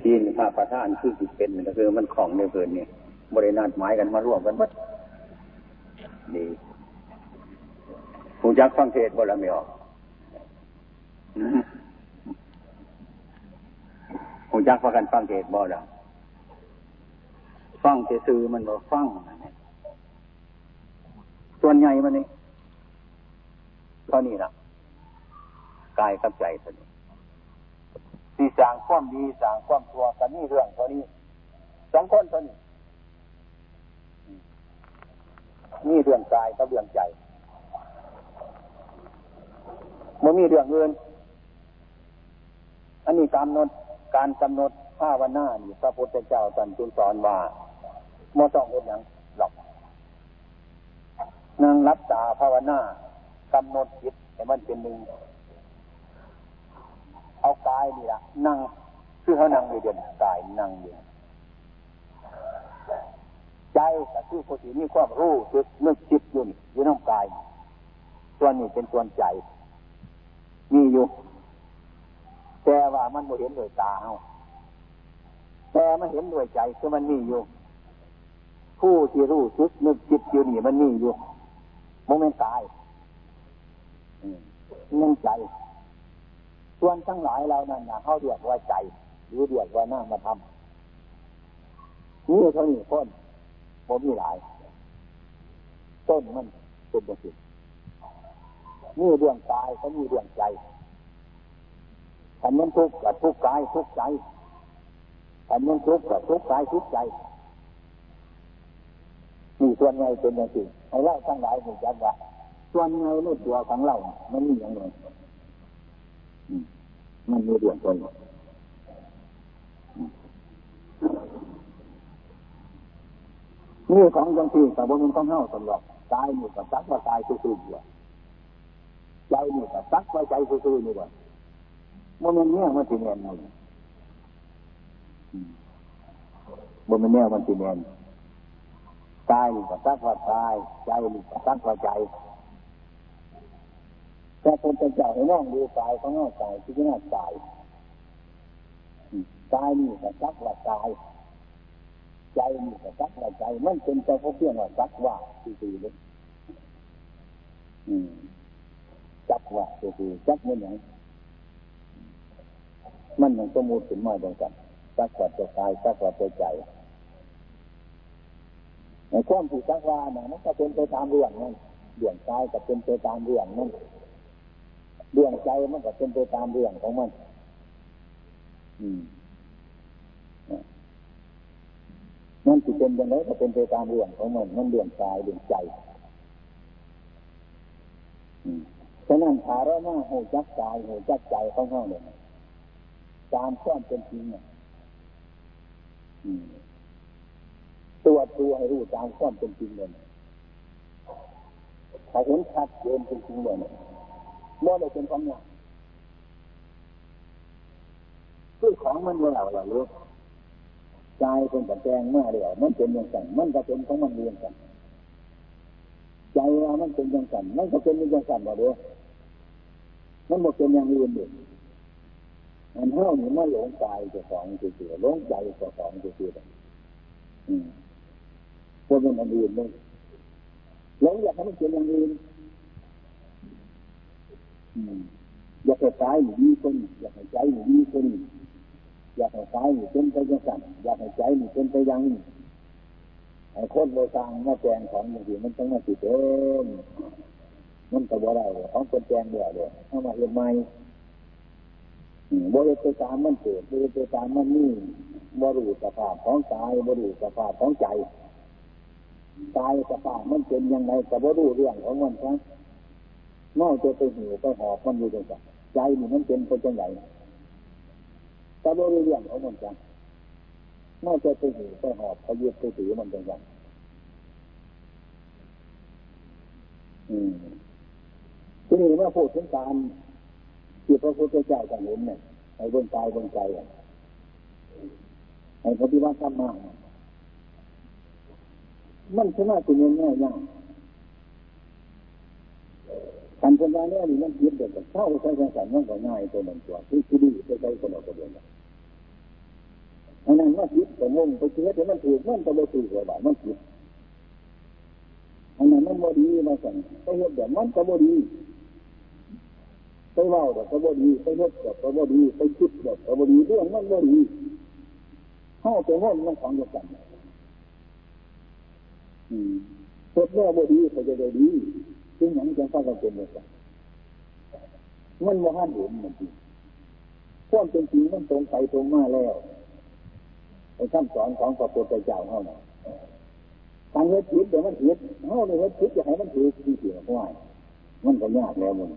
จีนพระประธานคือสิเป็นก็คือมันของในเกินเนี่ยบริณาตหมายกันมาร่วมกันหมดนี่ผู้จักฟังเทศบ่ละไม่ออกผู้จักพากันฟังเทศบ่ละฟังซื่อมันบ่ฟังส่วนใหญ่มันนี่เท่านี้ล่ะกายกับใจเท่านี้ที่สร้างความดีสร้างความชั่วกันนี่เรื่องเท่านี้สองคนเท่านี้นี่เรื่องกายกับเรื่องใจบ่มีเรื่องอื่นอันนี้การกำหนดภาวนานี่พระพุทธเจ้าตรัสสอนว่าบ่ต้องเฮ็ดหยังหรอกนั่งหลับตาภาวนากำหนดจิตให้มันเป็นหนึ่งเอากายนี่ล่ะนั่งคือเขานั่งอยู่เดี๋ยวกายนั่งอยู่ใจก็คือผู้ที่มีความรู้สึกนึกคิดอยู่นี่อยู่ในกายส่วนนี้เป็นส่วนใจมีอยู่แต่ว่ามันบ่เห็นด้วยตาเฮาแต่มันเห็นด้วยใจคือมันมีอยู่ผู้ที่รู้สึกนึกคิดอยู่นี่มันมีอยู่โมเมนต์กายนั่นใจส่วนทั้งหลายเรานั่นนะเขาเรียกว่าใจหรือเรียกว่านามธรรมนี่เท่านี้คนผมมีหลายต้นมันเป็นแบบนี้นี่เรื่องกายก็มีเรื่องใจอันนั้นทุกข์กับทุกข์กายทุกข์ใจอันนั้นทุกข์กับทุกข์กายทุกข์ใจนี่ส่วนใหญ่เป็นอย่างนี้ให้เราทั้งหลายรู้จักว่าส่วนใหญ่ในตัวของเรามันมีอย่างไรมันมีเรื่องคนนี่ของจังที่แต่บนมันต้องเฮาสำหรับกายนี่กับซักว่ากายซื่อๆอยู่ใจนี่กับซักว่าใจซื่อๆนี่บ่มันเนี่ยมันสิแน่นเลยมันเนี่ยมันสิแน่นกายนี่กับซักว่ากายใจนี่กับซักว่าใจแต่คนเป็นเจ้าให้มองดูกายของเฮากายที่น่ากายกายนี่กับซักว่ากายใจนี่ก็ซักว่าใจมันเป็นเจ้าพวกเพียงว่าซักว่าซื่อๆเลยซักว่าซื่อๆซักมันอย่างมันอย่างสมมุติขึ้นมาอย่างกันซักว่าตัวกายซักว่าตัวใจในความที่ซักว่าเนี่ยมันก็เป็นไปตามเรื่องนั้นเรื่องกายก็เป็นไปตามเรื่องนั้นเรื่องใจมันก็เป็นไปตามเรื่องของมันนั่นที่เป็นอย่างไรก็เป็นไปตามเรื่องของมันเรื่องกายเรื่องใจฉะนั้นถ้าเรามาหูจักกายหูจักใจของเราเนี่ยตามความเป็นจริงเนี่ยตัวให้รู้ตามความเป็นจริงเลยถ้าเห็นชัดเจนจริงๆเลยเมื่อได้เป็นของอย่างคือของมันเรารู้ใจเป็นกับแจงเมื่อเดียวมันเป็นอย่างกันมันก็เป็นของมันเรียนกันใจว่ามันเป็นอย่างกันมันก็เป็นอย่างกันบ่เด้อมันบ่เป็นอย่างอื่นดิอันเฮานี่มาหลงกายเจ้าของซื่อๆหลงใจเจ้าของซื่อๆพวกมันอันอื่นเลยหลงอยากให้มันเป็นอย่างอื่นอยากให้กายดีขึ้นอยากให้ใจดีขึ้นอยากให้กายนี่เป็นไปอย่างนั้นอยากให้ใจนี่เป็นไปอย่างนี้ไอ้คนโบราณมาแจงของอย่างนี้มันต้องมาติดเองมันก็บ่ได้ของคนแจงเดียวเลยเอามาเห็นไหมบริสุทธิ์ตามมันเกิดบริสุทธิ์ตามมันนี่บริสุทธิ์สภาพของกายบริสุทธิ์สภาพของใจกายสภาพมันเป็นยังไงแต่บริสุทธิ์เรื่องของมันครับนอกจากไปหิวไปหอบมันอยู่ตรงนั้นใจนี่มันเป็นคนจังไงแต่บริสุทธิ์เรื่องของมันครับนอกจากไปหิวไปหอบไปยึดไปถือมันจังไงทีนี้เมื่อพูดถึงการที่พระพุทธเจ้าจะเห็นเนี่ยให้เบิ่งกายเบิ่งใจให้ปฏิบัติธรรมมามันชนะคุณง่ายๆอย่างการเป็นการเนี่ยมันยึดเด็กเข้าใช้สังสรรค์มันก็ง่ายตัวหนึ่งตัวที่ดีไปใช้คนละตัวเดียวอันนั้นมันผิดแต่งงไปเชื่อแต่มันถูกมันก็ไม่ถูกเลยบ่มันผิดอันนั้นมันบ่ดีมาสั่งไปเฮ็ดแบบมันก็บ่ดีไปเว้าแบบก็บ่ดีไปเฮ็ดแบบก็บ่ดีไปคิดแบบก็บ่ดีเรื่องมันบ่ดีเฮาไปงงมันของเดียวกันเฮ็ดแล้วบ่ดีก็จะได้ดีซึ่งหยังจังพากันเป็นแบบนั้นมันบ่ทันเห็นมันจริงความเป็นจริงมันตรงไปตรงมาแล้วไอ้คำสอนของพระพุทธเจ้าเฮาน่ะการเฮ็ดผิดเดี๋ยวมันผิดเฮาเนี่ยเฮ็ดผิดจะให้มันถูกที่เสียเพราะว่ามันก็ยากแล้วมัน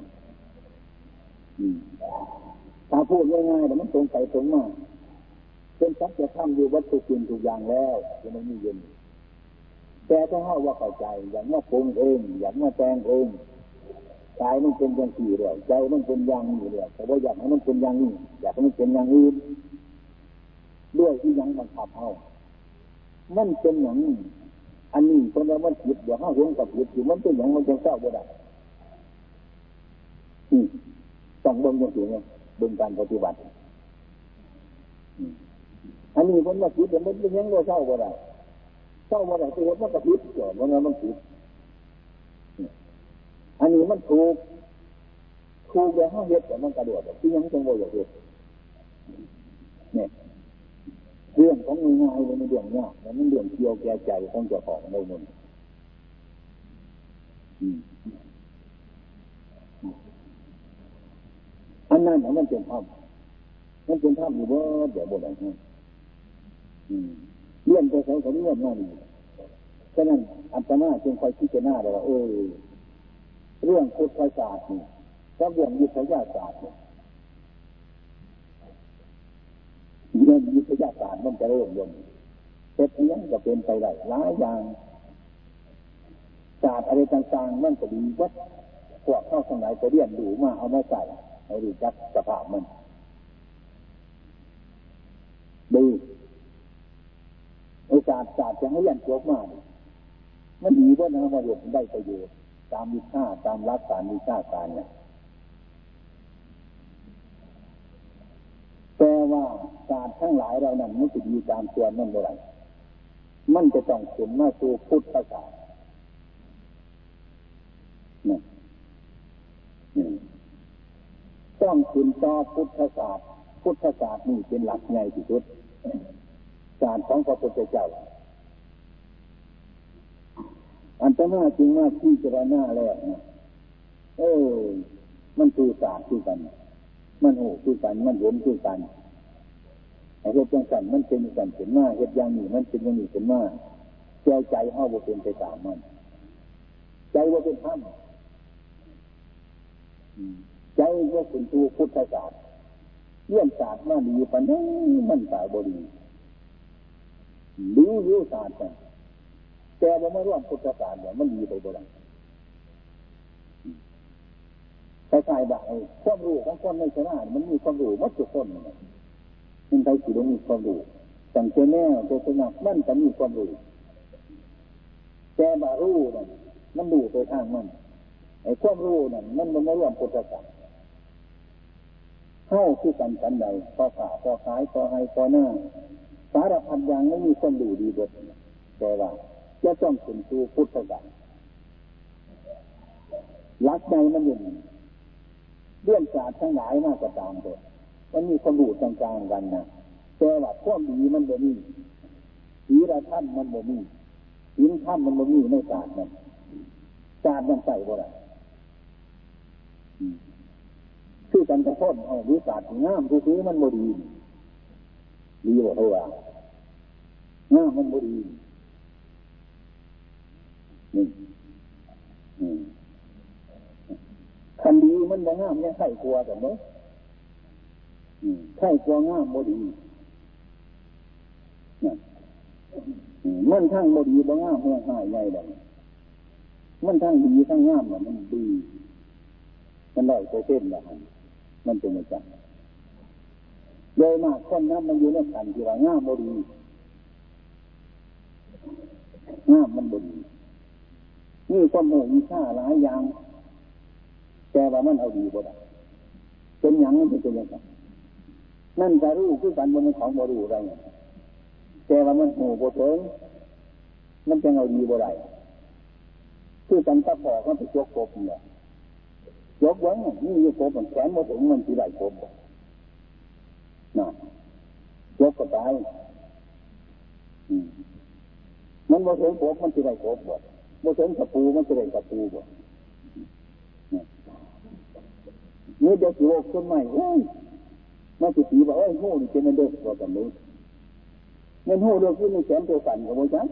ถ้าพูดง่ายๆแต่มันตรงไปตรงมาเป็นสัจธรรมอยู่วัตถุสิ่งทุกอย่างแล้วจะไม่มีเย็นแต่ถ้าเฮาว่าเข้าใจอย่างว่าปรุงเองอย่างว่าแต่งเองกายมันเป็นอย่างที่เดียวใจมันเป็นอย่างนี้เดียวแต่ว่าอยากให้มันเป็นอย่างนี้อยากให้มันเป็นอย่างอื่นด้วยที่ยังบังคับเฮามันเป็นอย่างอันนี้คนเรามันผิดเดี๋ยวเฮาเห็นกับผิดอยู่มันเป็นอย่างมันจะเศร้าบ่ได้ต้องเบิ่งอย่างนี้เบิ่งการปฏิบัติอันนี้คนมาผิดเดี๋ยวมันเป็นอย่างเราเศร้าบ่ได้เศร้าบ่ได้ไปเห็นมันก็ผิดเดี๋ยวมันผิดอันนี้มันถูกเดี๋ยวเฮาเฮ็ดแต่มันกระโดดที่ยังจังบ่อยากเฮ็ดเนี่ยเรื่องของง่ายๆเลยมันเรื่องยากแต่มันเรื่องเกี่ยวแก่ใจของเจ้าของได้หมดอันนั้นมันเป็นธรรมอยู่บ่เดี๋ยวบ่ได้เรื่องแต่ใส่ก็เรื่องนั่นฉะนั้นอาตมาจึงคอยพิจารณาได้ว่าเรื่องพุทธศาสตร์นี่กับเรื่องวิทยาศาสตร์เรื่องวิทยาศาสตร์มันจะเริ่มลงเป็นยังจะเป็นไปได้หลายอย่างศาสตร์อะไรต่างๆมันก็ดีวัดพวกเข้าสมัยไปเรียนดูมาเอามาใส่ให้รู้จักสภาพมันดูไอ้ศาสตร์จะให้เรียนจบมามันดีว่านะมาเรียนได้ประโยชน์ตามวิชาตามหลักการวิชาการเนี่ยแต่ว่าศาสตร์ทั้งหลายเรานั้นมันจะดีตามส่วนมันเมื่อไหร่มันจะต้องขึ้นมาสู่พุทธศาสตร์ต้องขึ้นต่อพุทธศาสตร์นี่เป็นหลักใหญ่ที่สุดศาสตร์ของพระพุทธเจ้าอันตรายจริงว่าที่เจรณาแล้วนะมันคือศาสตร์คือกันมันโหคือกันมันเห็นคือกันไอ้เฮ็ดจังซั่นมันเป็นกันเป็นมาเฮ็ดอย่างนี้มันเป็นอย่างนี้เป็นมาใจเฮาบ่เป็นไปตามมันใจบ่เป็นธรรมใจบ่เป็นตัวพุทธศาสตร์เรื่องศาสตร์มาดีปานนั้นมันตายบ่ดีรู้ศาสตร์แต่บ่มาร่วมพุทธศาสตร์เนี่ยมันดีไปบ่ได้คล้ายๆว่าความรู้ของคนในชนะมันมีความรู้หมดทุกคนมันใครสิมีความรู้ตั้งแต่แนวแต่สนับมันก็มีความรู้แต่บ่รู้นั่นมันรู้ไปทางมันไอ้ความรู้นั่นมันบ่มาร่วมพุทธศาสตร์เฮาคือกันใดพอขาพอขายพอให้พอหน้าสารพัดอย่างไม่มีความรู้ดีเบิดแต่ว่าจะต้องขึ้นสู่พุทธศาสตร์หลักใจมันอยู่เรื่องศาสตร์ทั้งหลายมากกว่าตามตัวมันมีความรู้ต่างๆกันนะแต่ว่าความดีมันบ่มีศีลธรรมมันบ่มีศีลธรรมมันบ่มีในศาสตร์นั้นศาสตร์มันใส่บ่ได้คือกันกระพ้นวิศาสตร์งามคือมันบ่ดีบ่เท่าว่างามมันบ่ดีคันดีมันบ่งามยังไข่กลัวแต่เมื่อไข่กลัวงามบ่ดีมันทั้งบ่ดีบ่งามแห้งหายใหญ่ดังมันทั้งดีทั้งงามมันดีมันได้ไปเส้นละมันเป็นอย่างไรโดยมากคนนั้นมันอยู่ในขันที่ว่างามบ่ดีงามมันบ่ดีนี่ความโง่มีค่าหลายอย่างแต่ว่ามันเอาดีบ่ได้เป็นอย่างนั้นเป็นอย่างไรนั่นจะรู้คือการบนของบ่รู้อะไรแต่ว่ามันหูบ่ถึงมันจะเอาดีบ่ได้คือกันตะปอกมันไปยกกบเนี่ยยกไว้นี่ยกกบมันแขนบ่ถึงมันสิได้กบน่ะยกก็ตายมันบ่ถึงกบมันสิได้กบบ่ถึงตะปูมันสิได้ตะปูบ่นี่เดี๋ยวสิโลกขึ้นใหม่มันสิตีว่าหูนี่เป็นเด็กกว่ากันนู้นเงินหูเรื่องที่มีแขนตัวสั่นกับโมจัง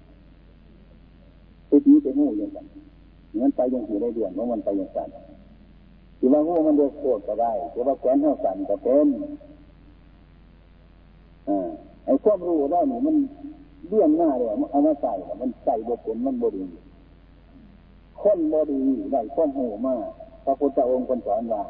ไปตีไปหูอย่างกันมันไปยังสีได้เดือนเพราะมันไปยังสั่นที่ว่าหูมันเดือดโคตรก็ได้ที่ว่าแขนเท่าสั่นก็เป็นไอ้ความรู้ได้นี่มันเลี่ยงหน้าเลยเอามาใส่มันใส่บทผลมันบดีคนบดีได้ความหูมากพระพุทธองค์คนสอนว่า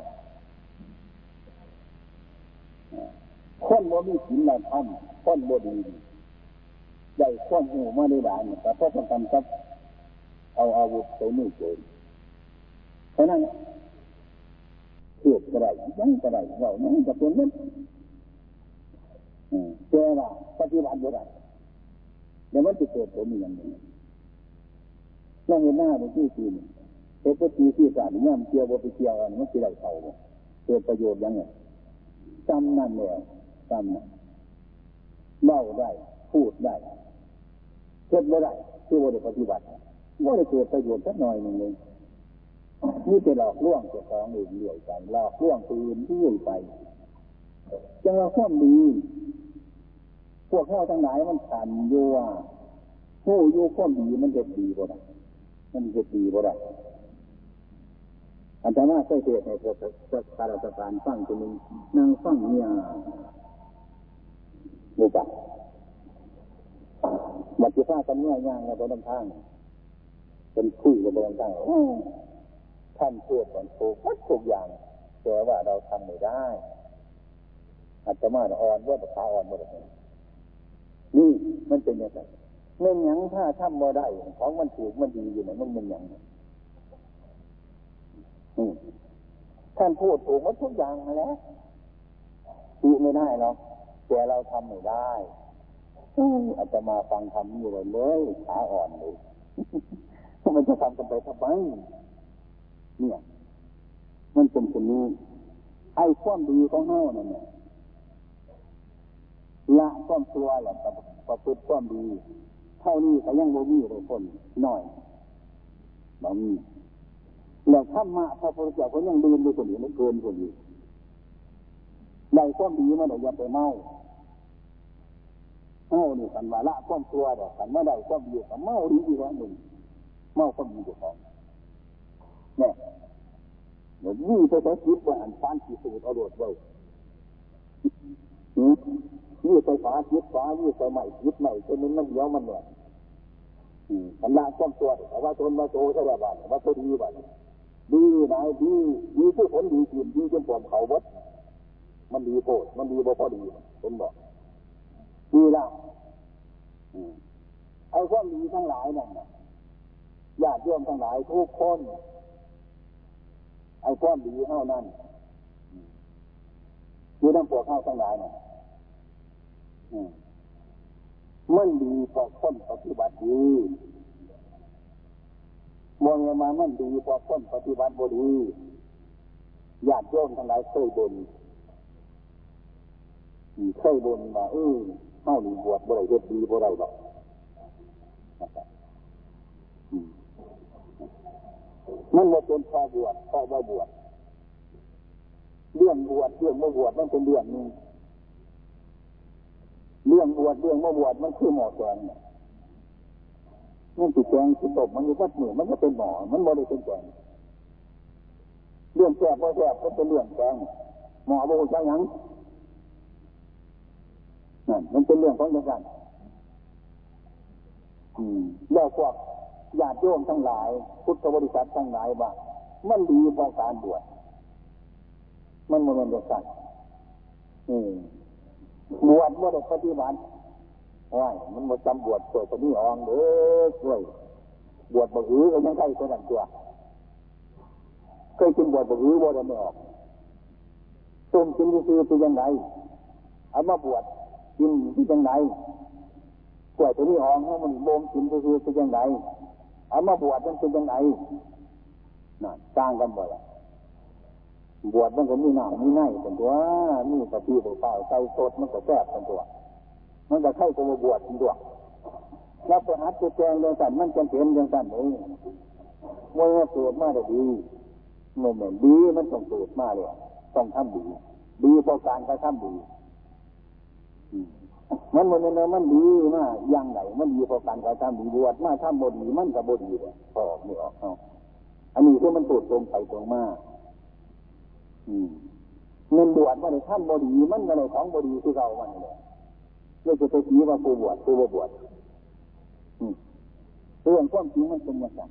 คนบ่มีศีลธรรมคนบ่ดีได้ความหูมาได้หลายแต่พอต้องการจับเอาอาวุธไปมือเกินเพราะนั้นเกิดกระไรยังกระไรเรายังจะเป็นนั้นเจ้าว่าปฏิบัติบ่ได้เดี๋ยวมันจะเกิดผลอย่างนี้เราเห็นหน้าเป็นที่จีนเห็นว่าจีที่ศาสตร์ย่ำเกี่ยวบ่ไปเกี่ยวมันจะได้เขาเกิดประโยชน์ยังไงจำนั่นเลยจำนั่นเล่าได้พูดได้เกิดไม่ได้คือว่าได้ปฏิบัติว่าได้เกิดประโยชน์สักหน่อยหนึ่งเลยนี่จะหลอกลวงเจ้าของเองเรื่อยไปหลอกลวงตัวอื่นเรื่อยไปจังว่าความดีพวกเข้าทั้งหลายมันขันอยู่ว่าผู้อยู่ความดีมันจะดีบ่ได้มันจะดีบ่ได้อาจารย์ว่าเคยเทศในพวกข้าราชการฟังตัวนึงนั่งฟังเนี่ยดูปะบัดที่ฟ้ากันเนี่ยย่างในบนทางเป็นคุยในบนทางท่านพูดเหมือนถูกทุกอย่างแต่ว่าเราทำไม่ได้อาจจะมาอ่อนว่าขาอ่อนหมดเลยนี่มันเป็นยังไงเมื่อยังถ้าทำบ่ได้ของมันถูกมันดีอยู่ไหนมันเป็นยังท่านพูดถูกหมดทุกอย่างมาแล้วตีไม่ได้หรอกแต่เราทำไม่ได้อาจจะมาฟังทำอยู่เลยขาอ่อนเลยมันจะทำกันไปทำไมเนี่ยมันเป็นคนนี้ไอ้ความดีของเฮานั่นเนี่ยละความชั่วแหละกับประพฤติความดีเท่านี้ก็ยังบ่มีเลยคนน้อยบ่มีแล้วธรรมะพระพุทธเจ้าก็ยังดื่มด้วยคนอื่นไม่เกินคนอื่นได้ความดีมาได้อย่าไปเมานี่กันว่าละความชั่วเด้อกันไม่ได้ความดีก็เมาดีอีกว่าหนึ่งเมาความดีเจ้าของเนี่ยเดี๋ยวยี่ไปใช้คิดว่าอันฟานที่สุดเอาโดดไว้ยี่ไปฝาคิดฝายี่ไปใหม่คิดใหม่จนมันเดียวมันเนี่ยกันละความชั่วเด้อว่าตนว่าโตใช่ไหมบ้านว่าโตดีบ้านดีไหนดีที่ผลดีจริงดีจนปวดเขาวัดมันดีโพดมันดีบ่พอดีผมบอกดีละไอ้ความดีทั้งหลายนั่นญาติโยมทั้งหลายทุกคนไอ้ความดีเท่านั้นอยู่ทั้งพวกเข้าทั้งหลายนั่นมันดีเพราะคนปฏิบัติดีมองมามันดีเพราะคนปฏิบัติบ่ดีญาติโยมทั้งหลายเคยบ่นว่าเฮานี่บวชบ่ได้เฮ็ดดีบ่ได้ดอกมันบ่เป็นพอบวชพอบ่บวชเรื่องบวชเรื่องบ่บวชมันเป็นเรื่องนึงเรื่องบวชเรื่องบ่บวชมันคือหมอแกงมันสิแกงสิตบมันอยู่วัดมือมันก็เป็นหมอมันบ่ได้เป็นแกงเรื่องแซ่บบ่แซ่บก็เป็นเรื่องแกงหมอบ่รู้จักหยังนั่นมันเป็นเรื่องของอย่างนั้นแล้วพวกญาติโยมทั้งหลายพุทธบริษัททั้งหลายว่ามันดีเพราะการบวชมันบ่แม่นอย่างนั้นบวชบ่ได้ปฏิบัติมันบ่จำบวชช่วยคนนี้อองเด้อช่วยบวชบ่หือก็ยังใครคนนั้นตัวเคยกินบวชบ่หือบ่ได้ไม่ออกต้มกินซื่อๆเป็นยังไงเอามาบวชกินที่จังไหนกล้วยตัวนี้ออกให้มันโบมกินคือเป็นยังไงเอามาบวชมันเป็นยังไงน่ะต่างกันบ่ล่ะบวชมันก็มีหน้ามีในเป็นตัวมีกะทิเปล่าใส่สดมันก็แซ่บเป็นตัวมันก็ไข่ตัวบวชเป็นตัวแล้วไปหัดไปแจงเรื่องสั่นมันจำเป็นเรื่องสั่นเลยว่าเกิดมาได้ดีโมเมนต์ดีมันต้องเกิดมาเลยต้องทำดีดีเพราะการกระทำดีมันมันดีมากยังไงมันดีเพราะการกระทำดีบวชมาทำบดีมันกับบดีเลยพอไม่ออกอันนี้คือมันตูดตรงไปตรงมาเงินบวชมาในทำบดีมันก็เลยของบดีคือเรามันเลยเราจะไปชี้ว่าผู้บวชผู้บวชเรื่องความจริงมันเป็นอย่างไร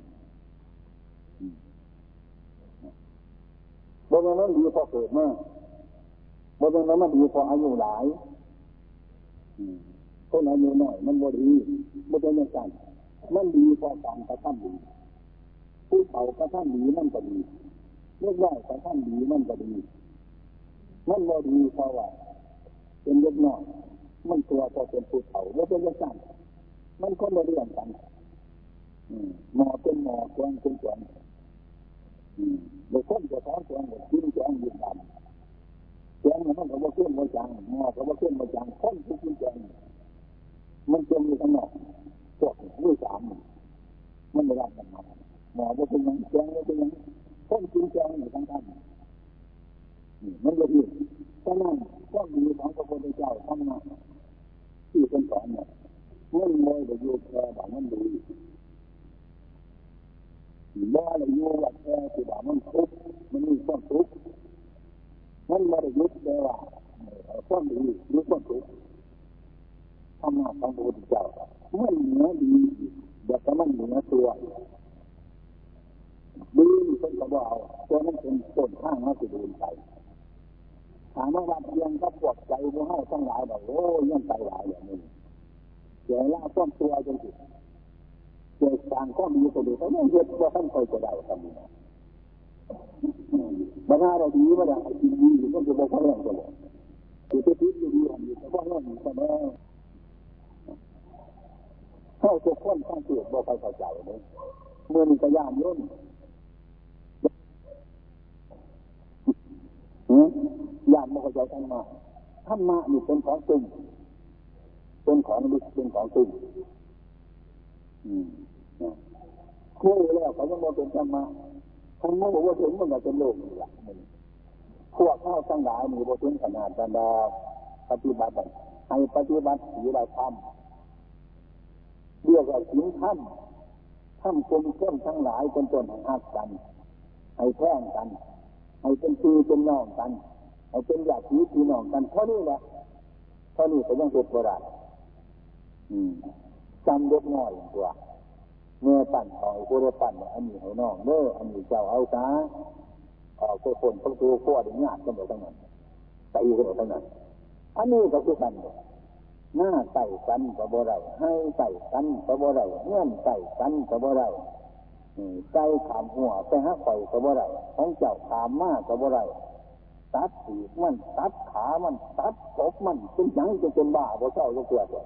บางอย่างนั้นดีพอเกิดมาบางอย่างนั้นมันดีพออายุหลายคนอายุน้อยมันบ่ดีบ่เป็นอย่างนั้นมันดีพอการกระทำดีผู้เฒ่ากระทำดีมันก็ดีเล็กน้อยกระทำดีมันก็ดีมันบ่ดีเพราะว่าเป็นเล็กน้อยมันตัวพอเป็นผู้เฒ่าบ่เป็นอย่างนั้นมันคนละเรื่องกันหมอเป็นหมอแกงเป็นแกงเด็กคนจะท้องแกงกินแกงยืนดำแกงมันก็บ่ขึ้นบ่จังหมอก็บ่ขึ้นบ่จังคนที่กินแกงมันจมอยู่ข้างนอกพวกมือสามมันไม่รับกันมาหมอบ่เป็นยังแกงบ่เป็นยังคนกินแกงอยู่ทั้งท่านมันจะดีฉะนั้นก็มีของพระพุทธเจ้าทั้งนั้นที่เป็นสอนเนี่ยมันไม่ได้อยู่แค่แบบมันดีบ่ได้อยู่ว่าแค่ที่แบบมันทุกข์มันมีความทุกข์มันไม่ได้ยึดแต่ว่าความดีหรือความทุกข์ธรรมะของพระพุทธเจ้ามันเหนือดีแต่มันเหนือตัวดีเป็นกระบอกตัวนั้นเป็นต้นข้างมาสิดูไปถามว่าเพียงก็ปวดใจว่าให้ทั้งหลายแบบโอ้ยังใจหลายอย่างนี้เสียละต้นตัวจนถึงเกิดการก็มีก็ดีแต่ไม่เยอะว่าท่านเคยจะได้ทำนี้บรรดาเราดีว่าได้จริงดีก็จะบอกเขาเรื่องกันเลยคือที่ที่ดีอันนี้แต่ว่าเรื่องนี้ก็ได้เข้าตัวคนข้างเกิดบอกใครเข้าใจเลยเมื่อมีกระยานย่นญาติไม่เข้าใจธรรมะนี่เป็นของจริงเป็นของลึกเป็นของจริงคู่แล้วเขายังบอกเป็นธรรมะทั้งนั้นบอกว่าถึงมันก็เป็นโลกนี่แหละพวกเข้าทั้งหลายมีบทถึงขนาดบรรดาปฏิบัติให้ปฏิบัติศีลธรรมเรียกว่าศีลธรรมทำกลมเข้มทั้งหลายเป็นต้นให้หักกันให้แท่งกันให้เป็นพี่เป็นน้องกันให้เป็นญาติพี่น้องกันเท่านี้แหละเท่านี้ก็ยังเป็นโบราณจำเด็กน้อยตัวเมื่อปั่นหอยผู้ได้ปั่นอันนี้ให้น้องเมื่ออันนี้เจ้าเอาซะออกตัวคนต้องตัวขั้วถึงญาติกันหมดทั้งนั้นตีกันหมดทั้งนั้นอันนี้ก็คือกันหน้าใส่กันกับบ่ได้ให้ใส่กันกับบ่ได้เงื่อนใส่กันกับบ่ได้ใจขามหัวไปหาไฟกับบ่ได้ของเจ้าขามมากกับบ่ได้ตัดสีมันตัดขามันตัดศพมันเป็นหยังจะเป็นบ้าบ่เจ้าก็เกิดเลย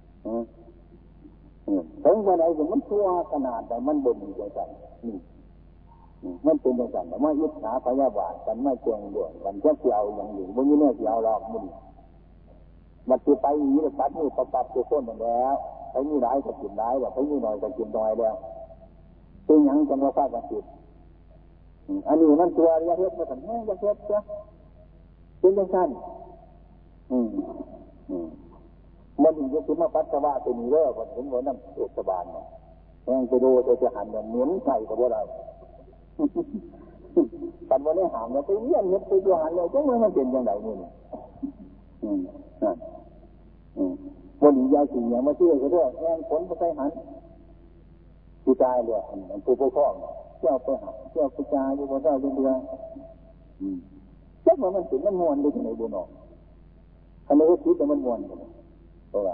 ถึงวันไหนมันชั่วขนาดแต่มันบ่มีใจสั่นมันเป็นใจสั่นแต่ไม่ยึดหาพยาบาทกันไม่เจียงด่วนกันจะเกี่ยวอย่างอื่นบ่มีแน่เกี่ยวหรอกมันมันจะไปอย่างนี้เลยปัดนี่ปัดตัวต้นหมดแล้วไปมีร้ายก็กินร้ายแบบไปมีน้อยก็กินน้อยแล้วเป็นหยังจังว่าฟาดกันติดอันนี้มันตัวระยะเฮ็ดมาถึงระยะเฮ็ดจ้ะเป็นจังซั่นมันจะถึงมาปัสสาวะตัวนี้เด้อบ่เห็นว่าน้ำเทศบาลเนี่ยแม่งไปดูจะหันเนี่ยเหม็นใส่กับบ่ได้ปันบ่ได้หามเนี่ยไปเลี้ยงเฮ็ดไปตัวหันเลยจังมันเป็นจังได๋นี่นั่นบ่มียาสิเนี่ยมาเชื่อก็ได้แม่งผลบ่ใส่หันสิตายเลยมันผู้ปกครองเจ้าไปหาเจ้าไปจาอยู่บ่เจ้าอยู่เดือจักว่ามันเป็นมันม่วนได้จังได๋บ่เนาะคันว่าคิดแต่มันม่วนเพราะว่า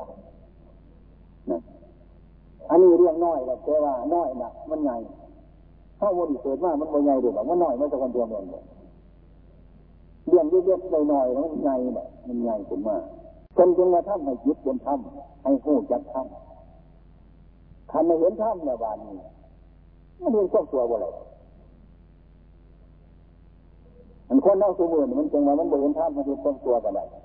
อันนี้เรื่องน้อยแล้วแต่ว่าน้อยน่ะมันใหญ่ถ้าวนเกิดมามันบ่ใหญ่เด้อมันน้อยมันจะคนเดียวมันเรื่องเล็กๆน้อยๆมันใหญ่น่ะมันใหญ่ขึ้นมาคนจึงว่าทำให้จิตเป็นธรรมให้ฮู้จักธรรมคันไม่เห็นธรรมเนี่ยบานนี้มันเห็นครอบครัวบ่ไรมันคนเอาสมุนมันจังว่ามันบ่เห็นธรรมมันเห็นครอบครัวกันได้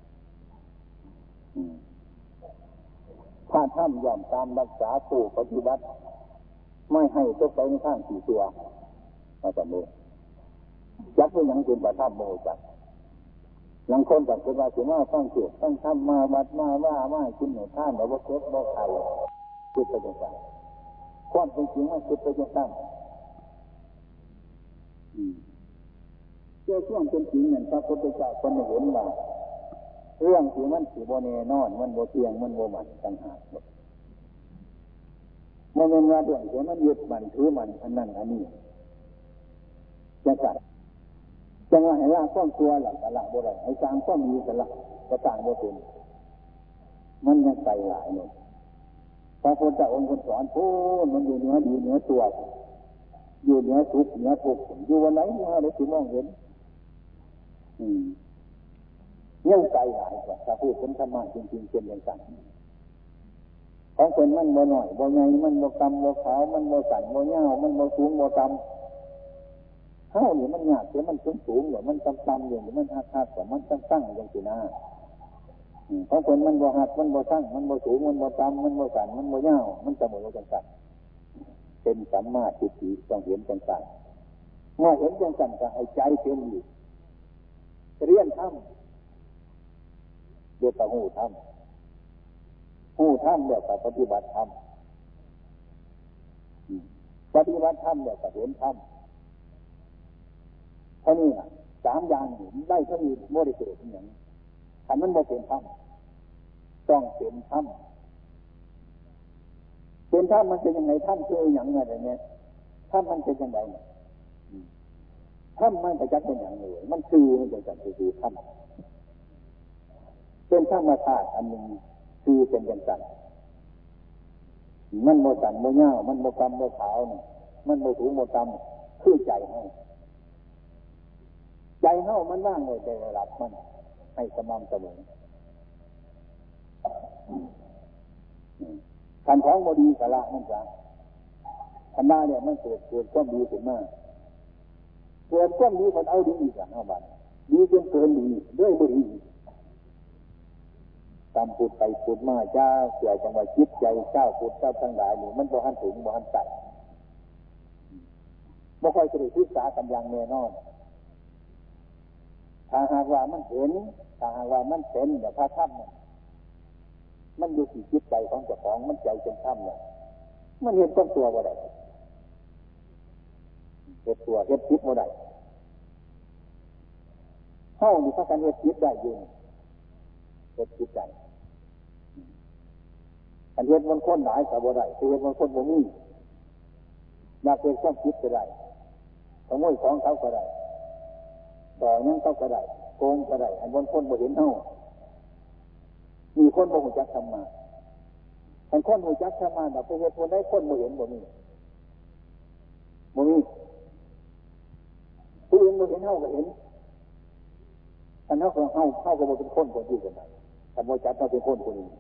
ถ้าธรรมย่อมตามรักษาผู้ปฏิบัติไม่ให้ตกไปในทางสี่ตัวมาจากนี้ยักษ์เป็นอย่างเป็นประทับโมจักหลังคนจากคนว่าถึงว่าต้องเกิดต้องทำมาวัดมาว่าคุณหนูท่านหรือว่าเกิดบ่ใครคิดไปจังสันความเป็นจริงมันคิดไปจังสันเจ้าช่วงเป็นจริงเนี่ยพระพุทธเจ้าคนเห็นว่าเรื่องที่มันสีโบเนนอนมันโบเทียงมันโบมันต่างหากมันเป็นว่าเรื่องที่มันยึดมันถือมันอันนั้นอันนี้จังสันจังว่าให้ละข้อมตัวหลักละโบราณให้สร้างข้อมีสละจะต่างโบเป็นมันยังไกลหลายเลยพระพุทธองค์สอนพูดมันอยู่เหนือดีเหนือตัวอยู่เหนือทุกข์เหนือทุกข์อยู่วันไหนที่เราได้สิมองเห็นยังไกลหลายกว่าถ้าพูดเป็นธรรมะจริงๆเป็นอย่างนั้นของคนมันโบหน่อยโบใหญ่มันโบกำโบขาวมันโบสั่นโบเงามันโบสูงโบต่ำเท่านี้มันหยาบเสียมันสูงหรือมันต่ำอย่างนี้มันหักๆกว่ามันตั้งอย่างที่น่าของคนมันโบหักมันโบตั้งมันโบสูงมันโบต่ำมันโบสั่นมันโบเงามันจะหมดโลกันกันเป็นสัมมาทิฏฐิต้องเห็นจังสันเมื่อเห็นจังสันก็ให้ใจเป็นอยู่เรียนธรรมเดี๋ยวก็หูธรรมเดี๋ยวก็ปฏิบัติธรรมปฏิบัติธรรมเดี๋ยวก็เห็นธรรมเท่านี้นะสามอย่างได้เท่านี้โมได้เกิดอย่างนี้ถ้ามันโมเป็นธรรมต้องเป็นธรรมเป็นธรรมมันเป็นยังไงธรรมคืออย่างไรเนี่ยธรรมมันเป็นยังไงธรรมมันจะจัดเป็นอย่างไรมันคือมันจะจัดคือธรรมเป็นธรรมชาติอันหนึ่งคือเป็นอย่างไรมันโมสั่นโมเง่ามันโมกำโมขาวเนี่ยมันโมถูโมกำคือใจเฮาใจเฮามันว่างเลยใจระดับมันให้สม่ำเสมอขันของโมดีกะละมันจะขันหน้าเนี่ยมันเกิดความดีขึ้นมาเกิดความดีคนเอาดีอีกอ่ะเอาบ้านดีจนเกินดีด้วยบุรีตามพูดไปพูดมาจ้าเสียจังหวะจิตใจเจ้าพูดเจ้าทั้งหลายนี่มันบ่หันถึงบ่หันใส่บ่ค่อยจะได้ศึกษากันอย่างแน่นอนถ้าหากว่ามันเห็นถ้าหากว่ามันเป็นเดี๋ยวพระธรรมมันอยู่ที่จิตใจของเจ้าของมันใจเป็นธรรมเนี่ยมันเห็นต้นตัวบ่ได้เห็นตัวเห็นจิตบ่ได้เท่านี้ถ้าการเห็นจิตได้อยู่เห็นจิตใจอันเห็นมันคนหลายกับบ่ได้เห็นมันคนบ่มีอยากเป็นความคิดก็ได้ขโมยของเขาก็ได้ต่อยังเขาก็ได้โกงก็ได้อันบนคนบ่เห็นเท่ามีคนบ่หูจักธรรมะอันคนหูจักธรรมะแต่ไปเห็นคนได้คนบ่เห็นบ่มีผู้อื่นบ่เห็นเท่าก็เห็นอันนั้นของเท่าก็บ่เป็นคนคนที่กันได้แต่บ่จักเราเป็นคนคนนี้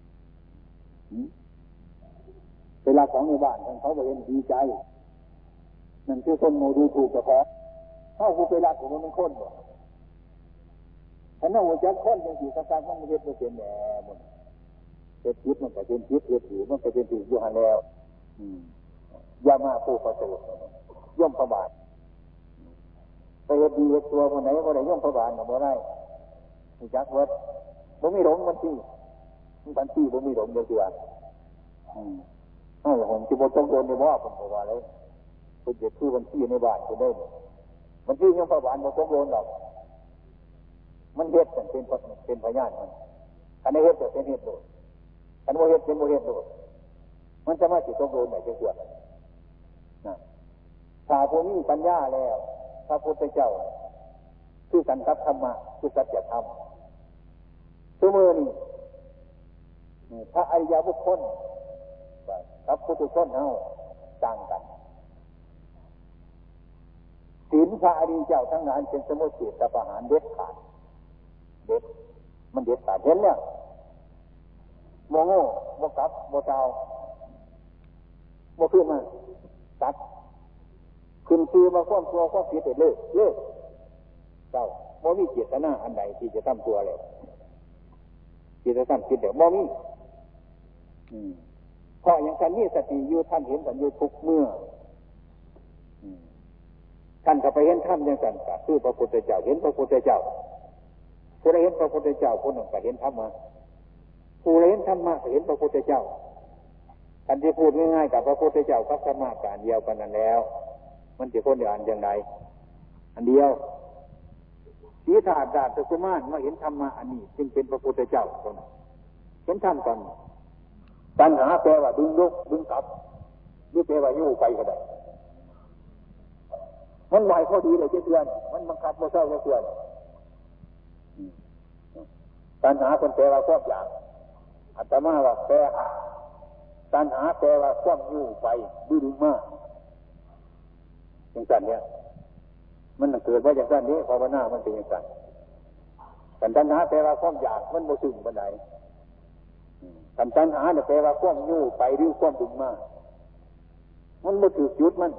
เวลาของในบ้านเขาบ่เห็นดีใจนั่นคือคนโง่ดูถูกเจ้าของเท่าผู้ไปรักของมันเป็นคนบ่ถ้าเราหัวใจคนจริงๆสักๆมันไม่เห็นไม่เป็นแหน่หมดเห็นจิตมันก็เป็นจิตเห็นถือมันก็เป็นถืออยู่หันแล้วยามาผู้ประเสริฐย่อมพระบาทไปเห็นดีเห็นตัวคนไหนคนไหนย่อมพระบาทหนูบ่ได้มีจักเวิร์ดบ่มีหลงมันที่บ่มีหลงเดียวเดียวผมที่บ่ต้องโดนในบ่อผมบอกว่าเลยคุณเจ็บคือวันที่ในบ้านคุณได้มันที่ย่อมพระบาทบ่ต้องโดนหรอกมันเฮ็ดเป็นพยานมันอันนี้เฮ็ดจะเป็นเฮ็ดโดดอันว่าเฮ็ดเป็นว่าเฮ็ดโดดมันจะมาสิต้องโดนไหนจะเกิดนะถ้าผู้มีปัญญาแล้วพระพุทธเจ้าคือสันทัพธรรมะคือสัจธรรมตัวมือนี่พระอริยบุคคลกับปุถุชนเฮาต่างกันศีลพระอริยเจ้าทั้งนั้นเป็นสมุทเฉทประหารเด็ดขาดเด็ดมันเด็ดขาดเห็นแล้วโมโง่โมกับโมเจ้าบ่ขึ้นมาตัดขึ้นชื่อมาความตัวความผิดเลิกเจ้าบ่มีเจตนาอันใดที่จะทำตัวแล้วที่จะทำผิดเดี๋ยวบ่มีเพราะอย่างท่านนี้สติอยู่ท่านเห็นท่านอยู่ทุกเมื่อท่านก็ไปเห็นธรรมอย่างนั้นก็คือพระพุทธเจ้าเห็นพระพุทธเจ้าผู้ใดเห็นพระพุทธเจ้าคนหนึ่งก็เห็นธรรมะผู้ใดเห็นธรรมะก็เห็นพระพุทธเจ้าท่านที่พูดง่ายๆกับพระพุทธเจ้ากับธรรมะการเดียวกันนั่นแล้วมันจะคนเดียวกันอย่างไรอันเดียวสีถาดดาบสุมานมาเห็นธรรมะอันนี้จึงเป็นพระพุทธเจ้าคนเห็นธรรมกันปัญหาแปลว่าดึงลุกดึงกลับหรือแปลว่ายู่ไปก็ได้มันไหวพอดีเลยเตือนมันบังคับไม่เศร้าเตือนปัญหาคนแปลว่าความอยากอาตมาว่าแปลปัญหาแปลว่าความยู่ไปดึงมากอย่างนั้นเนี่ยมันเกิดว่าอย่างนั้นนี้ภาวนามันเป็นอย่างนั้นแต่ปัญหาแปลว่าความอยากมันโมสึ่งปันไหนปัญหาเนี่ยแปลว่าความยู่ไปหรือความดึงมากมันโมถือจุดมัน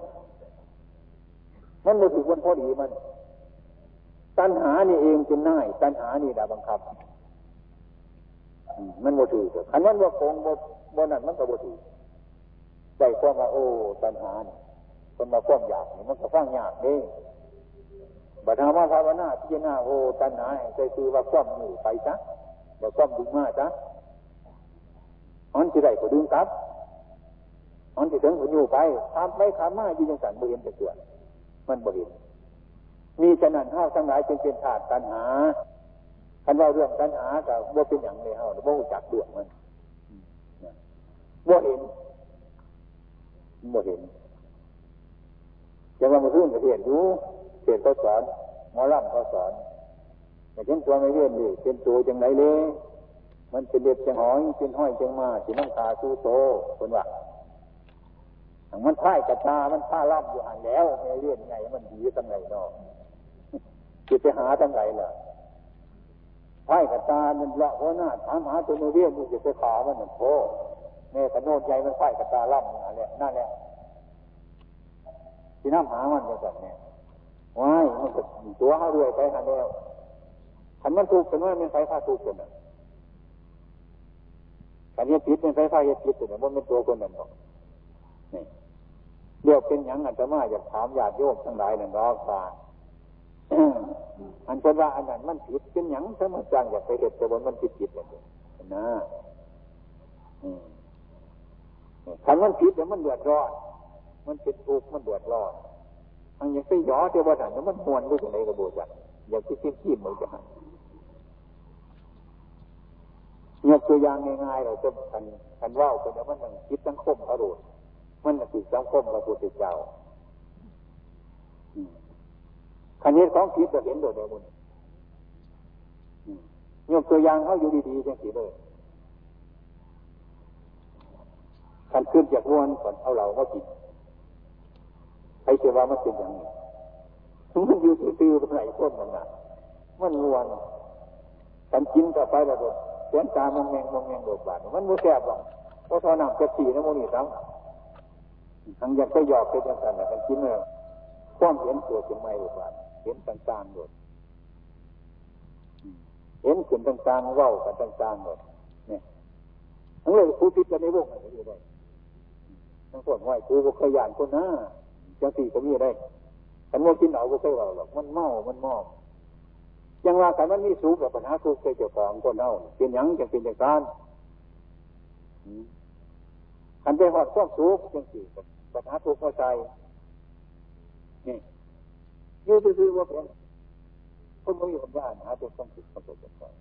โมถือวันพอดีมันปัญหานี่เองเป็นง่ายปัญหานี่ดาบังคับมันโมถือคันนั้นว่าคงโมนั่นมันก็โมถือใจความว่าโอ้ปัญหาเนี่ยคนมาความอยากมันก็ฟังยากเด้บัดหาว่าภาวนาพิจารณาโอ้ตัณหาใจคือว่าความอยู่ไปซะเดี๋ยวความดึงมาซะอันที่ได้ก็ดึงกลับอันที่ถึงก็อยู่ไปทำไปทำมาอยู่ยังสั่นบ่เห็นแต่เกิดมันบ่เห็นมีฉะนั้นเฮาทั้งหลายจึงเป็นธาตุตัณหาคันว่าเรื่องตัณหาก็บ่เป็นหยังเลยเฮาบ่รู้จักเรื่องมันบ่เห็นจะว่ามาขึ้นกับเรียนรู้เรียนเขาสอนหมอล่ำเขาสอนแต่เช่นตัวไม่เรียนดิเป็นตัวจังไรเลยมันเป็นเด็ดจังหอยเป็นห้อยจังมาสิน้ำตาสู้โตคนว่ามันพ่ายกระตามันผ้าล่ำอยู่หันแล้วไม่เรียนไงมันดีตั้งไงเนาะจะไปหาตั้งไงล่ะพ่ายกระตามันเลาะหัวหน้าถามหาตัวไม่เรียนมันจะไปขามันหนึ่งโถแม่กระโนดใหญ่มันพ่ายกระตาล่ำนั่นแหละที่น้ำหามันแบบนี้ว้ายมันก็ตัวเขาเรื่อยไปหันแล้วขันมันถูกกันว่ามันไฟฟ้าถูกกันนะขันยึดผิดมันไฟฟ้ายึดผิดแต่ว่ามันตัวคนนั้นหรอกนี่เรียกเป็นอย่างอาตมาอยากถามญาติโยมทั้งหลายนั่นรอกตาอันเป็นว่าอันนั้นมันผิดเป็นอย่างถ้ามันจังอยากไปเห็นแต่ว่ามันผิดเลยนะขันมันผิดแต่มันเดือดร้อนมันเป็นทุกข์มันเดือดร้อนมันยังไปย่อเทวดาเนี่ยมันมวนด้วยอะไรกระโบจักอยากที่ขี้มือจะหันยกตัวอย่างง่ายๆเราจะคันว่าเป็นว่ามันคิดสังคมอารมณ์มันติดสังคมพระพุทธเจ้าคันนี้ของคิดจะเห็นโดดเด่นยกตัวอย่างเขาอยู่ดีๆจังสิเลยคันขึ้นจากม้วนก่อนเอาเราก็กินไอ้เจ้าว่ามันเป็นอย่างนี้มันอยู่ตื้อๆเป็นไหนต้นมันน่ะมันงวนกันกินต่อไปแล้วก็เสียงตามองแมงโดดบาดมันมูแสบหรอกเพราะทอน้ำจะสีน้ำมันนี่ซ้ำทางอยากไปหยอกไปจังสันกันกินเนี่ยความเห็นเกิดขึ้นไม่โดดบาดเห็นต่างๆโดดเห็นขึ้นต่างๆเว้ากันต่างๆโดดเนี่ยทั้งเลยผู้พิจารณาในวงอะไรอยู่ได้ทั้งคนไหวกูก็ขยันคนหน้าจังสี่ก็มีได้แต่เมื่อกินเหล้าก็เคยว่าหรอกมันเมายังว่าแต่มันมีสูงกับปัญหาสูงเคยเจ้าของคนเน่าเป็นยังจะเป็นอย่างนั้นอันเป็นหอดข้อสูงจังสี่ปัญหาสูงเข้าใจนี่ยืดซื่อว่าเป็นคนไม่มีปัญญาหาตัวความคิดความเป็นใจ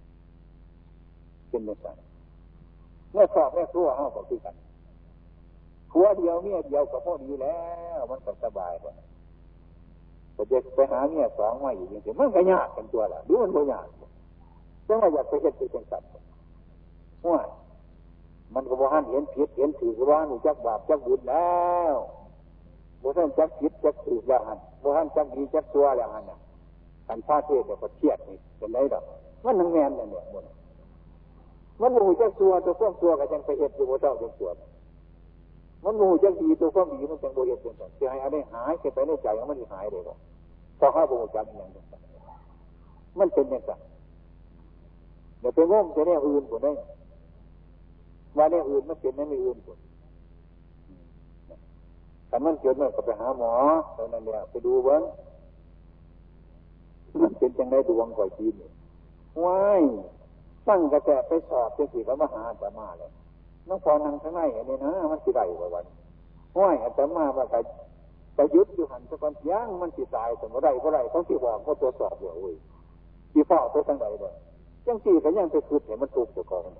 เป็นอย่างนั้นแม่สอบแม่สู้ห้าบอกด้วยกันผัวเดียวเมียเดียวก็พอดีแล้วมันสบายเลยแต่จะไปหาเมียสองมาอยู่จริงๆมันก็ยากกันตัวละหรือมันไม่ยากแต่ว่าอยากไปเห็นไปเป็นสัตว์ว่ามันก็บ่หันเห็นผิดเห็นถือว่าหนูจักบาปจักบุญแล้วบ่หันจักผิดจักถือแล้วหันบ่หันจักดีจักชั่วแล้วหันน่ะขันพาเทศเดี๋ยวก็เทียดนี่เป็นไรดอกมันนั่งแมนเนี่ยหมดมันบ่จักชั่วตัวความชั่วก็ยังไปเห็นอยู่บ่เจ้าจักชั่วมันงูจังดีตัวความดีมันจังโบเห็นจังสันจะให้อะไรหายไปในใจของมันหายเลยบ่พอข้าโบจังอย่างจังสันมันเป็นอย่างสันเดี๋ยวไปงมจะเนี่ยอื่นผลได้ว่าเนี่ยอื่นมันเป็นนั่นไม่อื่นผลแต่มันเกิดเมื่อก็ไปหาหมอตอนนั้นเนี่ยไปดูเบิ้งมันเป็นจังได้ดวงก่อยจีนว้ายตั้งกระแสไปสอบจะสิเขามาหาจะมาเลยน้องพอนั่งข้างในอันนี้นะมันสิได้กว่าวันว้ายอาจจะมาว่าไปยุดอยู่หันสักวันย่างมันสิตายแต่เมื่อไรเขาสิบอกเขาตรวจสอบเดี๋ยวที่พ่อไปทางไหนเลยยังสี่ก็ยังไปคืนเห็นมันถูกเจ้าของ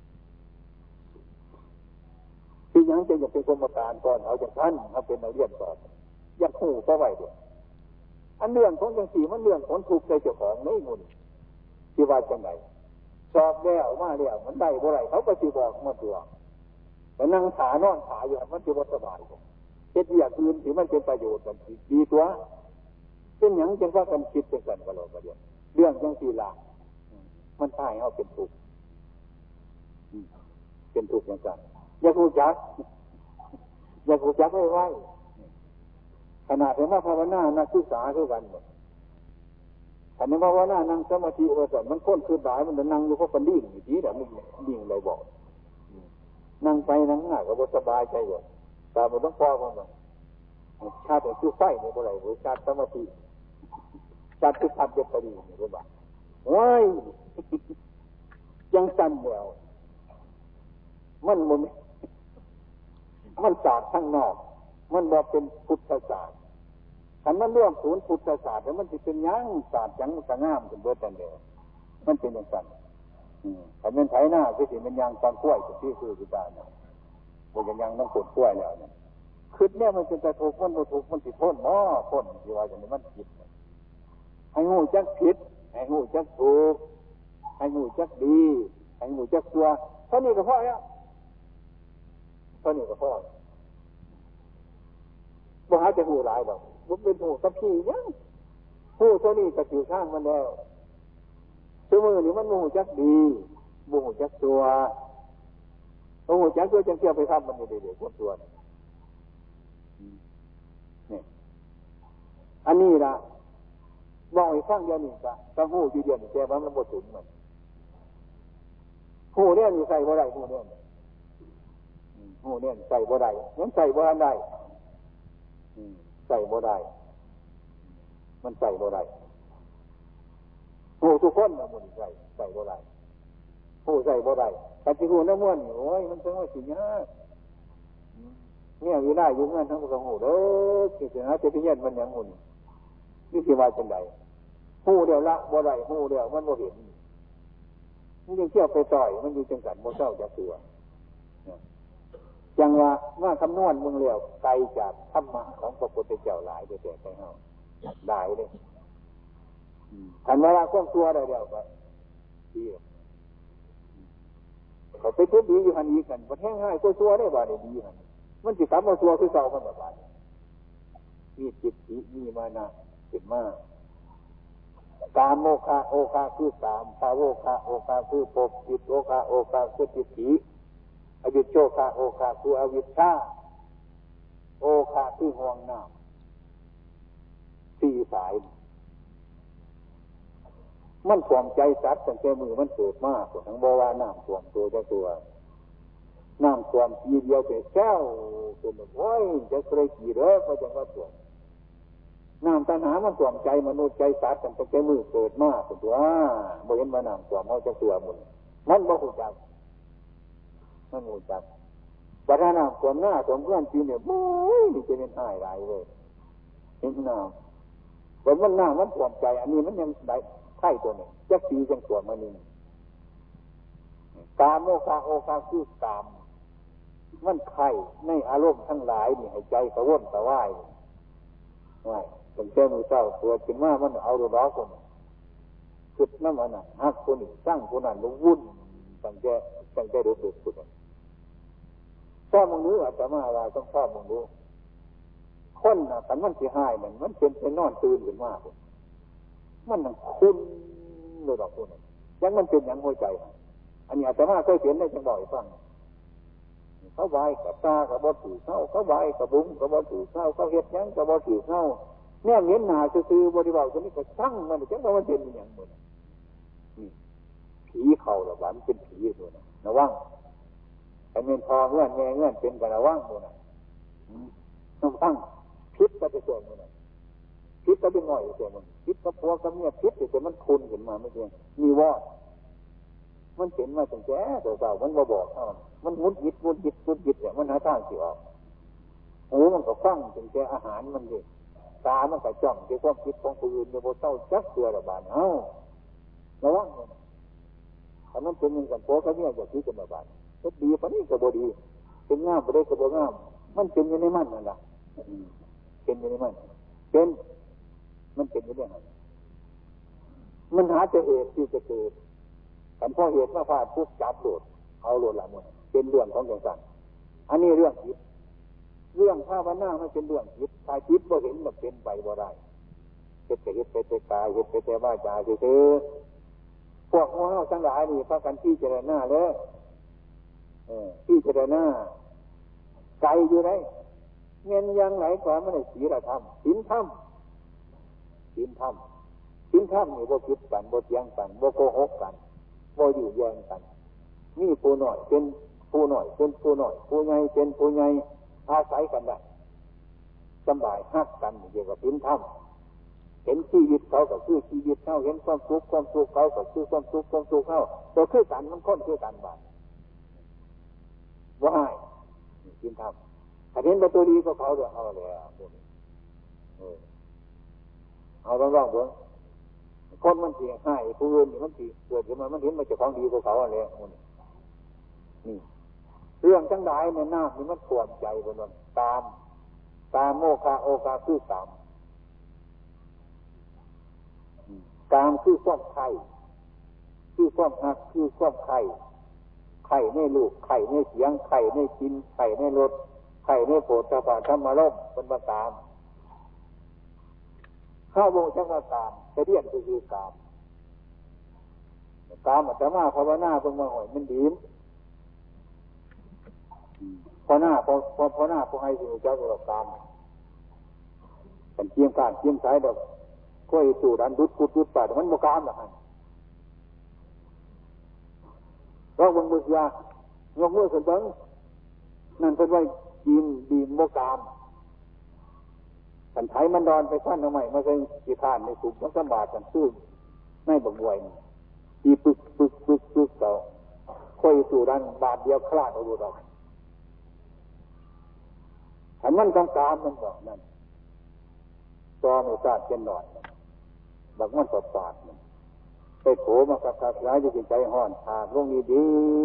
ที่ยังจะเป็นกรรมการก่อนเอาจากท่านเอาเป็นนักเรียนก่อนยังคู่ก็ไหวเดียวอันเรื่องของยังสี่มันเรื่องของถูกใจเจ้าของไม่งุนที่ว่าจังไหนสอบแล้วมาแล้วมันได้บ่ไรเขาก็สิบอกมาตัวแต่นั่งขานอนขาอยู่มันจะว่าสบายเฮ็ดอย่างอื่นที่มันเป็นประโยชน์กันดีตัวเป็นอย่างจังว่ากันคิดเป็นกันก็เลยประเดี๋ยวเรื่องยังสี่ละมันท่ายเขาเป็นทุกข์อย่างกันอยากรู้จักไว้ขนาดเห็นว่าภาวนานักศึกษาคือกันอันนี้ภาวนานั่งสมาธิว่าแต่มันค้นคืนหลายมันนั่งอยู่เพราะมันดิ้งอยู่ทีแต่มันดิ้งเลยบอกนั่งไปนั่งหน้าก็สบายใจอยู่ตามันต้องพอมันชาติคือไฟในบ่ไรหรือชาติสมาธิชาติคือทำเด็ดพอดีหรือเปล่าว้ายยังสั่นเดียวมันศาสตร์ข้างนอกมันบอกเป็นพุทธศาสตร์ขันมันร่วมศูนย์พุทธศาสตร์แล้วมันจะเป็นยังศาสตร์ยังสง่ามเป็นเบิดแต่เดียวมันเป็นอย่างนั้นขันเป็นไถหน้าคือสิ่งเป็นยางตอนกล้วยที่คือที่บ้านเนี่ยบนยังต้องกดกล้วยแล้วเนี่ยคือเนี่ยมันเป็นแต่ถูกมันบ่ถูกมันติดพ้นพ้นที่ว่าอย่างนี้มันผิดให้งูจักผิดให้งูจักถูกให้งูจักดีให้งูจักตัวเท่านี้ก็พอแล้วบ่หาจะหูหลายดอกมันเป็นหูกับพี่ยังหูเท่านี้ก็อยู่ข้างมันแล้วตัวมือนี่มันหูจักดีหูจักตัวหูจักตัวจังเที่ยวไปทำมันเด็ดๆพวกตัวนี่อันนี้ล่ะบอกให้ฟังเดี๋ยวนี้ก็หูอยู่เดียวนี่แกว่ามันบ่ถึงมันหูเนี่ยนี่ใส่บ่ได้หูเนี่ยใส่บ่ได้มันใส่บ่ได้ใส่บ่ได้มันใส่บ่ได้หูทุกคนนะมันใส่บ่ได้หูใส่บ่ได้แต่ที่หูน้ำมันโอ้ยมันเป็นว่าสิเนี่ยเวลาอยู่เงินทั้งกับหูเด้อสิเสียนะจะพิจารณามันอย่างหุ่นนี่คือว่าจังไดหูเดียวละบ่ได้หูเดียวมันบ่เห็นมันยังเที่ยวไปต่อยมันอยู่จังสันบ่เศร้าจะตัวจังว่าคำนวณมึงเลี้ยวไกลจากธรรมะของพระพุทธเจ้าหลายแต่ไปเฮาได้เลยขันเวลาควบตัวได้เดียวก็ดีเขาไปทุบดีอยู่หันอีกกันมันแห้งง่ายตัวได้บ่ได้ดีหันมันจิตกรรมตัวคือเก่ามันแบบนี้มีจิตมีมานะจิตมากกามโมฆะโอฆะคือสามภาโวฆะโอฆะคือภพจิตโอฆะคือจิตถีอวิชโชฆะโอฆะคืออวิชชาโอฆะคือห่วงน้ำสี่สายมันท่วมใจสัตว์ตั้งแต่มือมันเกิดมากทั้งบ่ว่าน้ำท่วมตัวน้ำท่วมทีเดียวเป็นแก้วเป็นแบบโอ้ยจะเคยกี่เด้อก็จะว่าท่วมน้ำตัณหามันท่วมใจมนุษย์ใจสัตว์ตั้งแต่มือเกิดมากตัวบ่เห็นว่าน้ำท่วมเขาจะตัวมันบ่รู้จักบัดน้ำท่วมหน้าท่วมเพื่อนจีนเนี่ยโอ้ยนี่จะเป็นหายไรเลยเห็นน้ำแต่มันหน้ามันท่วมใจอันนี้มันยังได้ไข่ตัวหนึ่งจักปีจังท่วมมานี่กามโมฆะโอฆะคือกามมันไข่ในอารมณ์ทั้งหลายนี่ให้ใจกระวนกระวายตั้งแต่มือเจ้าตัวขึ้นมามันเอาดูร้อคนคิดน้ำมันหักคนนี้สร้างคนนั้นลงวุ่นตั้งแต่เด็กๆคนนั้นชอบมองรู้อาจจะมาว่าต้องชอบมองรู้คนน่ะแต่มันสิหายมันเป็นนอนตื่นขึ้นมามันนั่งคุ้นเลยดอกคนนั้นยังมันเป็นอย่างหัวใจอันนี้อาจจะมาเคยเห็นได้จังบ่อยฟังเขาไหวกับตากับบ่ถือเข้าเขาไหวกับบุ้งกับบ่ถือเข้าเขาเฮ็ดยังกับบ่ถือเข้าเนี่ยเห็นหน้าซื่อๆบ่ได้เว้าตัวนี้ก็สั่งมันจังว่ามันเป็นอีหยังหมดนี่ผีเข้าแล้วว่ามันเป็นผีตัวนั้นระวังอันเป็นพอเงื่อนแม่เงื่อนเป็นกันระวังตัวนั้นระวังพิษก็จะตัวนั้นพิษก็เป็นง่อยตัวมันพิษก็พวกกับเนี่ยพิษแต่มันคุณขึ้นมาไม่เพียงมีว่ามันเป็นมาตั้งแต่เก่ามันมาบอกมันมุดยิดเนี่ยมันหาทางสิออกหูมันก็ฟังตั้งแต่อาหารมันดิตามันก็จ้องที่ความคิดของผู้อื่นในโบเต้าจักเสือระบาดระวังถ้ามันเป็นอย่างกันโป๊ะก็เนี่ยอย่าคิดกันระบาดก็ดีปะนี่ก็บ่ดีเป็นง่ามบ่ได้ก็บ่ง่ามมันเป็นอยู่ในมันนั่นแหละเป็นอยู่ในมันเป็นมันเป็นอยู่ในนั้นมันหาแต่เหตุที่จะเกิดกันเพราะเหตุว่าพาทุกจับโหลดเอาโหลดละมันเป็นเรื่องของอย่างนั้นอันนี้เรื่องจิตเรื่องภาวนามันเป็นเรื่องจิตถ้าจิตบ่เห็นมันเป็นไปบ่ได้เฮ็ดไปแต่กายเฮ็ดไปแต่วาจาซื่อพวกเราทั้งหลายนี่พากันพิจารณาแล้วพิจารณาใจอยู่ไหนเงินยังไหนกว่ามันได้ศีลธรรมศีลธรรมนี่บ่คิดกันบ่เถียงกันบ่โกหกกันบ่อยู่แย้งกันมีผู้น้อยเป็นผู้น้อยเป็นผู้น้อยผู้ใหญ่เป็นผู้ใหญ่อาศัยกันได้สบายฮักกันเกี่ยวกับศีลธรรมเห็นชีวิตเขาก็คือชีวิตเขาเห็นความสุขเขาก็คือความสุขเขาตัวคือกันมันค้นคือกันบาดว่าให้ศีลธรรมถ้าเห็นประตูดีก็เขาเดี๋ยวเอาแล้วเอาลองๆดูคนมันเสียให้ผู้อื่นมันสิเกิดขึ้นมามันเห็นมันจะของดีกว่าเขาอะไรนี่เรื่องทั้งหลายในหน้านี่มันขวมใจบนนั้นตามโมฆะโอกาคือตามคือความไข่คือความหักคือความไข่ในลูกไข่ในเสียงไข่ในกินไข่ในรสไข่ในโผฏฐัพพะธรรมารมณ์เป็นมาตามข้าวโมจังว่ากามไปเรียนคือกามอาตมาภาวนาเพิ่งมาหอยมันดีพอหน้าพอให้สิเจ้าก็กามเป็นเจียมการเจียมสายดอกก็ไอ้ตู่ดันดุดปาดมันบ่กามหรอกเราบางมือยายกมือขึ้นเบิ่งนั่นเป็นไว้กินดีบ่กามกันไถมันดอนไปขั้นเอาใหม่มาใส่กีทานในกลุ่มมันสบาดกันซื้อในบังวยตีปึกเก่าค่อยสู่ดันบาดเดียวคลาดเอาอยู่ดอกขันมันต้องการมันบอกนั่นตอไม่ทราบเป็นหลอดบักมันปาดมันไปโผล่มากับร้ายจะกินใจห่อนถากลงดี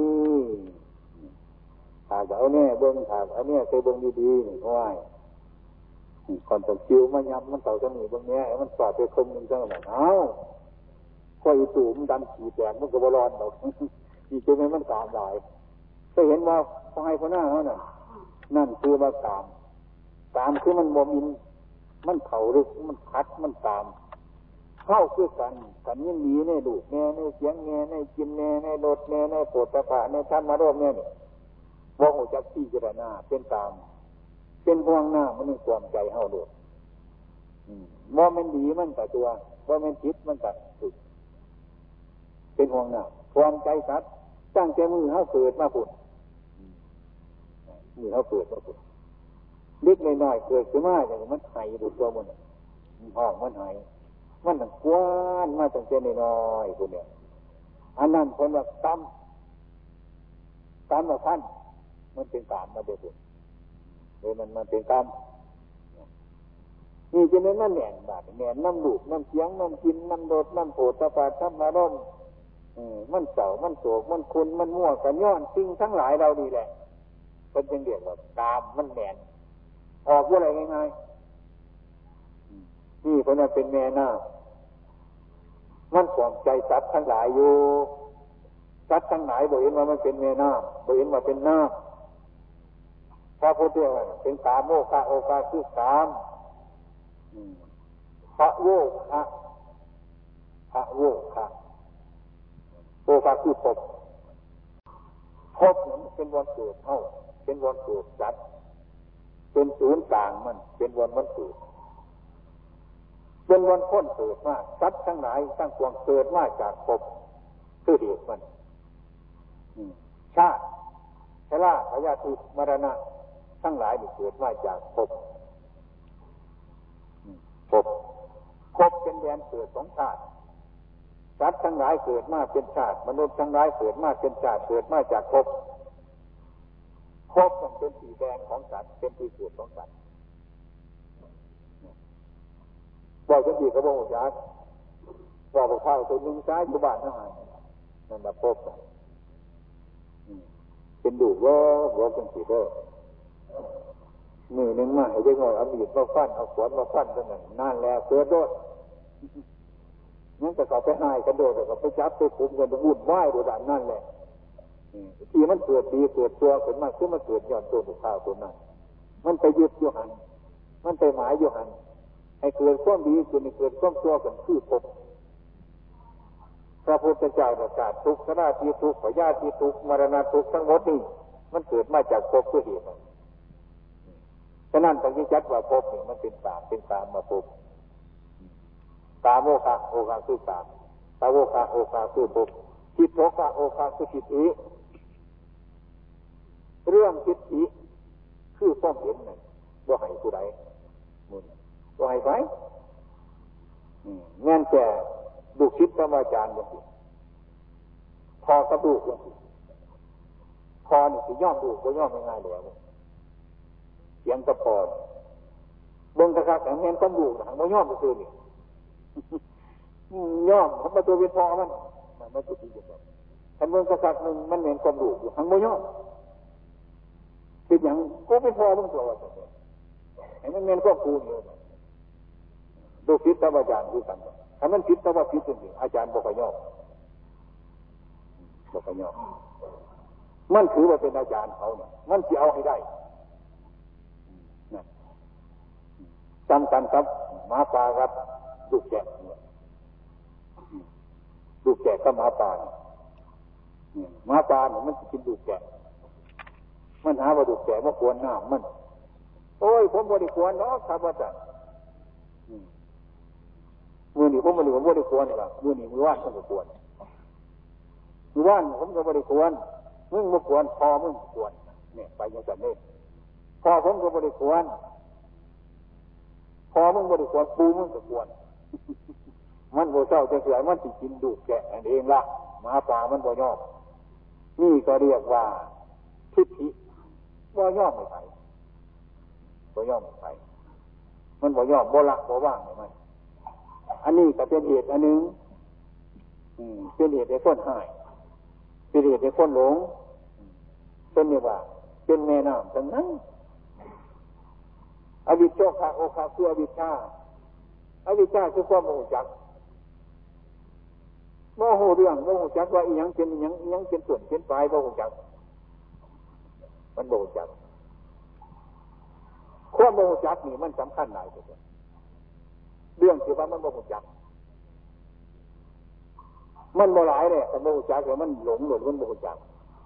ถากเอาแน่เบิ้งถากเอาแน่เคยเบิ้งดีๆนี่ง่ายก่อนตะคิวมันยำมันเต่าจะหนีตรงนี้มันปาดไปคมนึงจังแบบค่อยตู่มันดันขี่แตกมันก็บร้อนดอกนี่จะไม่มันกามหลายก็เห็นว่าพอให้พอหน้าเขาน่ะนั่นคือว่ากามคือมันบ่มินมันเผาหรือมันคัดมันตามเข้าคือกันยังหนีในดูแน่ในเสียงแน่ในกินแน่ในรสแน่ในโผฏฐัพพะในธรรมารมณ์แน่นี่ว่าหัวจักที่เจรณาเป็นตามเป็นห่วงหน้ามันนึกความใจเฮาโดดว่ามันดีมันแต่ตัวว่ามันผิดมันแต่สุดเป็นห่วงหน้าความใจสัตว์ตั้งใจมือเฮาเกิดมาพุ่นมือเฮาเกิดมาพุ่นเล็กน้อยๆเกิดขึ้นมาอย่างมันไห้ดูตัวมันห้องมันไห้มันตั้งกว้านมาตั้งแต่น้อยๆพุ่นเนี่ยอันนั้นคนว่าตามว่าท่านมันเป็นตามมาเด็ดมันเป็นกรรมนี่จะนั้นแหน่นบาดแหน่นน้ำลูกน้ำเสียงน้ำกินน้ำรสน้ำโผฏฐัพพะธรรมารมณ์มันเศร้ามันโศกมันคุณมันมั่วกันย้อนสิ่งทั้งหลายเราดีแหละเป็นจังเดียกว่ากามมันแหน่นออกว่าอะไรง่ายๆนี่เพราะนั้นเป็นแม่นามันขวางใจสัตว์ทั้งหลายอยู่สัตว์ทั้งหลายบ่เห็นว่ามันเป็นแม่น้ำบ่เห็นว่าเป็นน้ำพระพุทธเจ้าเป็นกามโมฆะโอกาคือกามพระโวคะโอกาคือภพเนี่ยมันเป็นวันเกิดเท่าเป็นวันเกิดสัตว์เป็นศูนย์กลางมันเป็นวันเกิดเป็นวันพ้นเกิดมากสัตว์ทั้งหลายทั้งปวงเกิดมาจากภพคือเหตุมันชาติชราพยาธิมรณะทั้งหลายนี่เกิดมาจากภพเป็นแดนเกิดของชาติสัตว์ทั้งหลายเกิดมาเป็นชาติมนุษย์ทั้งหลายเกิดมาเป็นชาติเกิดมาจากภพต้องเป็นที่แดนของสัตว์เป็นที่เกิดของสัตว์บอกจังดีกระบอกจักบอกข้าวตัวนึงซ้ายอยู่บ้านนั่นนั่นแบบภพเป็นดูว่าจังสีเด้อมือนึงมาให้ได้งอยเอามีดมาฟันเอาขวานมาฟันกันนั่นแล้วเกิดโดดนั่นแต่เขาไปหายกันโดดแต่เขาไปจับไปขุมกันไปวุ่นวายโดยด่านนั่นแหละที่มันเกิดดีเกิดตัวขึ้นมาขึ้นมาเกิดย้อนตัวบุกข้าวตัวนั้นมันไปยึดอยู่หันมันไปหมายอยู่หันให้เกิดความดีขึ้นให้เกิดความชั่วกันคือภพพระพุทธเจ้าประกาศทุกข์ชราทีทุกข์พยาธิทุกข์มรณะทุกข์ทั้งหมดนี่มันเกิดมาจากภพคือเหตุฉะนั้นต้องยึดจัดว่าภพนี่มันเป็นกามมาภพกามโอคะโอคะคือกามตาโอคะโอคะคือภพทิฏโอคะโอคะคือทิฏฐิเรื่องทิฏฐิคือความเห็นนั่นบ่ให้ผู้ใดมุ่นบ่ให้ไปแม่นแต่ดุคิดธรรมอาจารย์อย่างนี้พอกระดูกอย่างนี้พอนี่สิย่อมดูก็ย่อมง่ายๆแล้วเสียงกระพอเบิ่งกระซักแต่แม่นก็ดูหางบ่ย่อมก็คือนี่ย่อมมันมาตัวเป็นพอมันจุดที่แบบถ้าเบิ่งกระซักนึงมันแม่นความดูอยู่หางบ่ย่อมเป็นอย่างก็เป็นพอมันตัวว่าให้มันแม่นก็คูณอยู่ดูคิดธรรมอาจารย์คือกันถ้ามันผิดแต่ว่าผิดจริงๆอาจารย์บอกให้ย่อมันถือว่าเป็นอาจารย์เขาเนี่ยมันจะเอาให้ได้จำกันครับหมาป่าครับลูกแกะก็หมาป่าหมาป่าเนี่ยมันจะกินลูกแกะมันหาว่าลูกแกะว่าควรหน้ามันโอ้ยผมบริควรเนาะครับอาจารย์มือหนีผมบริควรนี่ละมือหนีมือว่านผมก็ควรมือว่านผมก็บริควรมึงมาควรพอมึงควรเนี่ยไปยังจันนี่พอผมก็บริควรพอมึงบริควรปูมึงก็ควรมันโบเศร้าจะเสียมันติกินดูแกะอันเองละหมาป่ามันบ่ยอมนี่ก็เรียกว่าทิฏฐิบ่ยอมไม่ไปมันบ่ยอมบ่ละบ่ว่างไม่อันนี้ก็เป็นเหตุอันหนึ่งเป็นเหตุให้คนหายเป็นเหตุให้คนหลงเป็นนี่ว่าเป็นแม่น้ำทั้งนั้นอวิชชาโอคะคืออวิชชาคือความโมโหจักโมโหเรื่องโมโหจักว่าอีหยังเป็นอีหยังเป็นส่วนเป็นปลายโมโหจักมันโมโหจักความโมโหจักนี่มันสำคัญหลายตัวเรื่องที่ว่ามันโมโหจักมันโมหลายเลยแต่โมโหจักแต่มันหลงมันโมโหจัก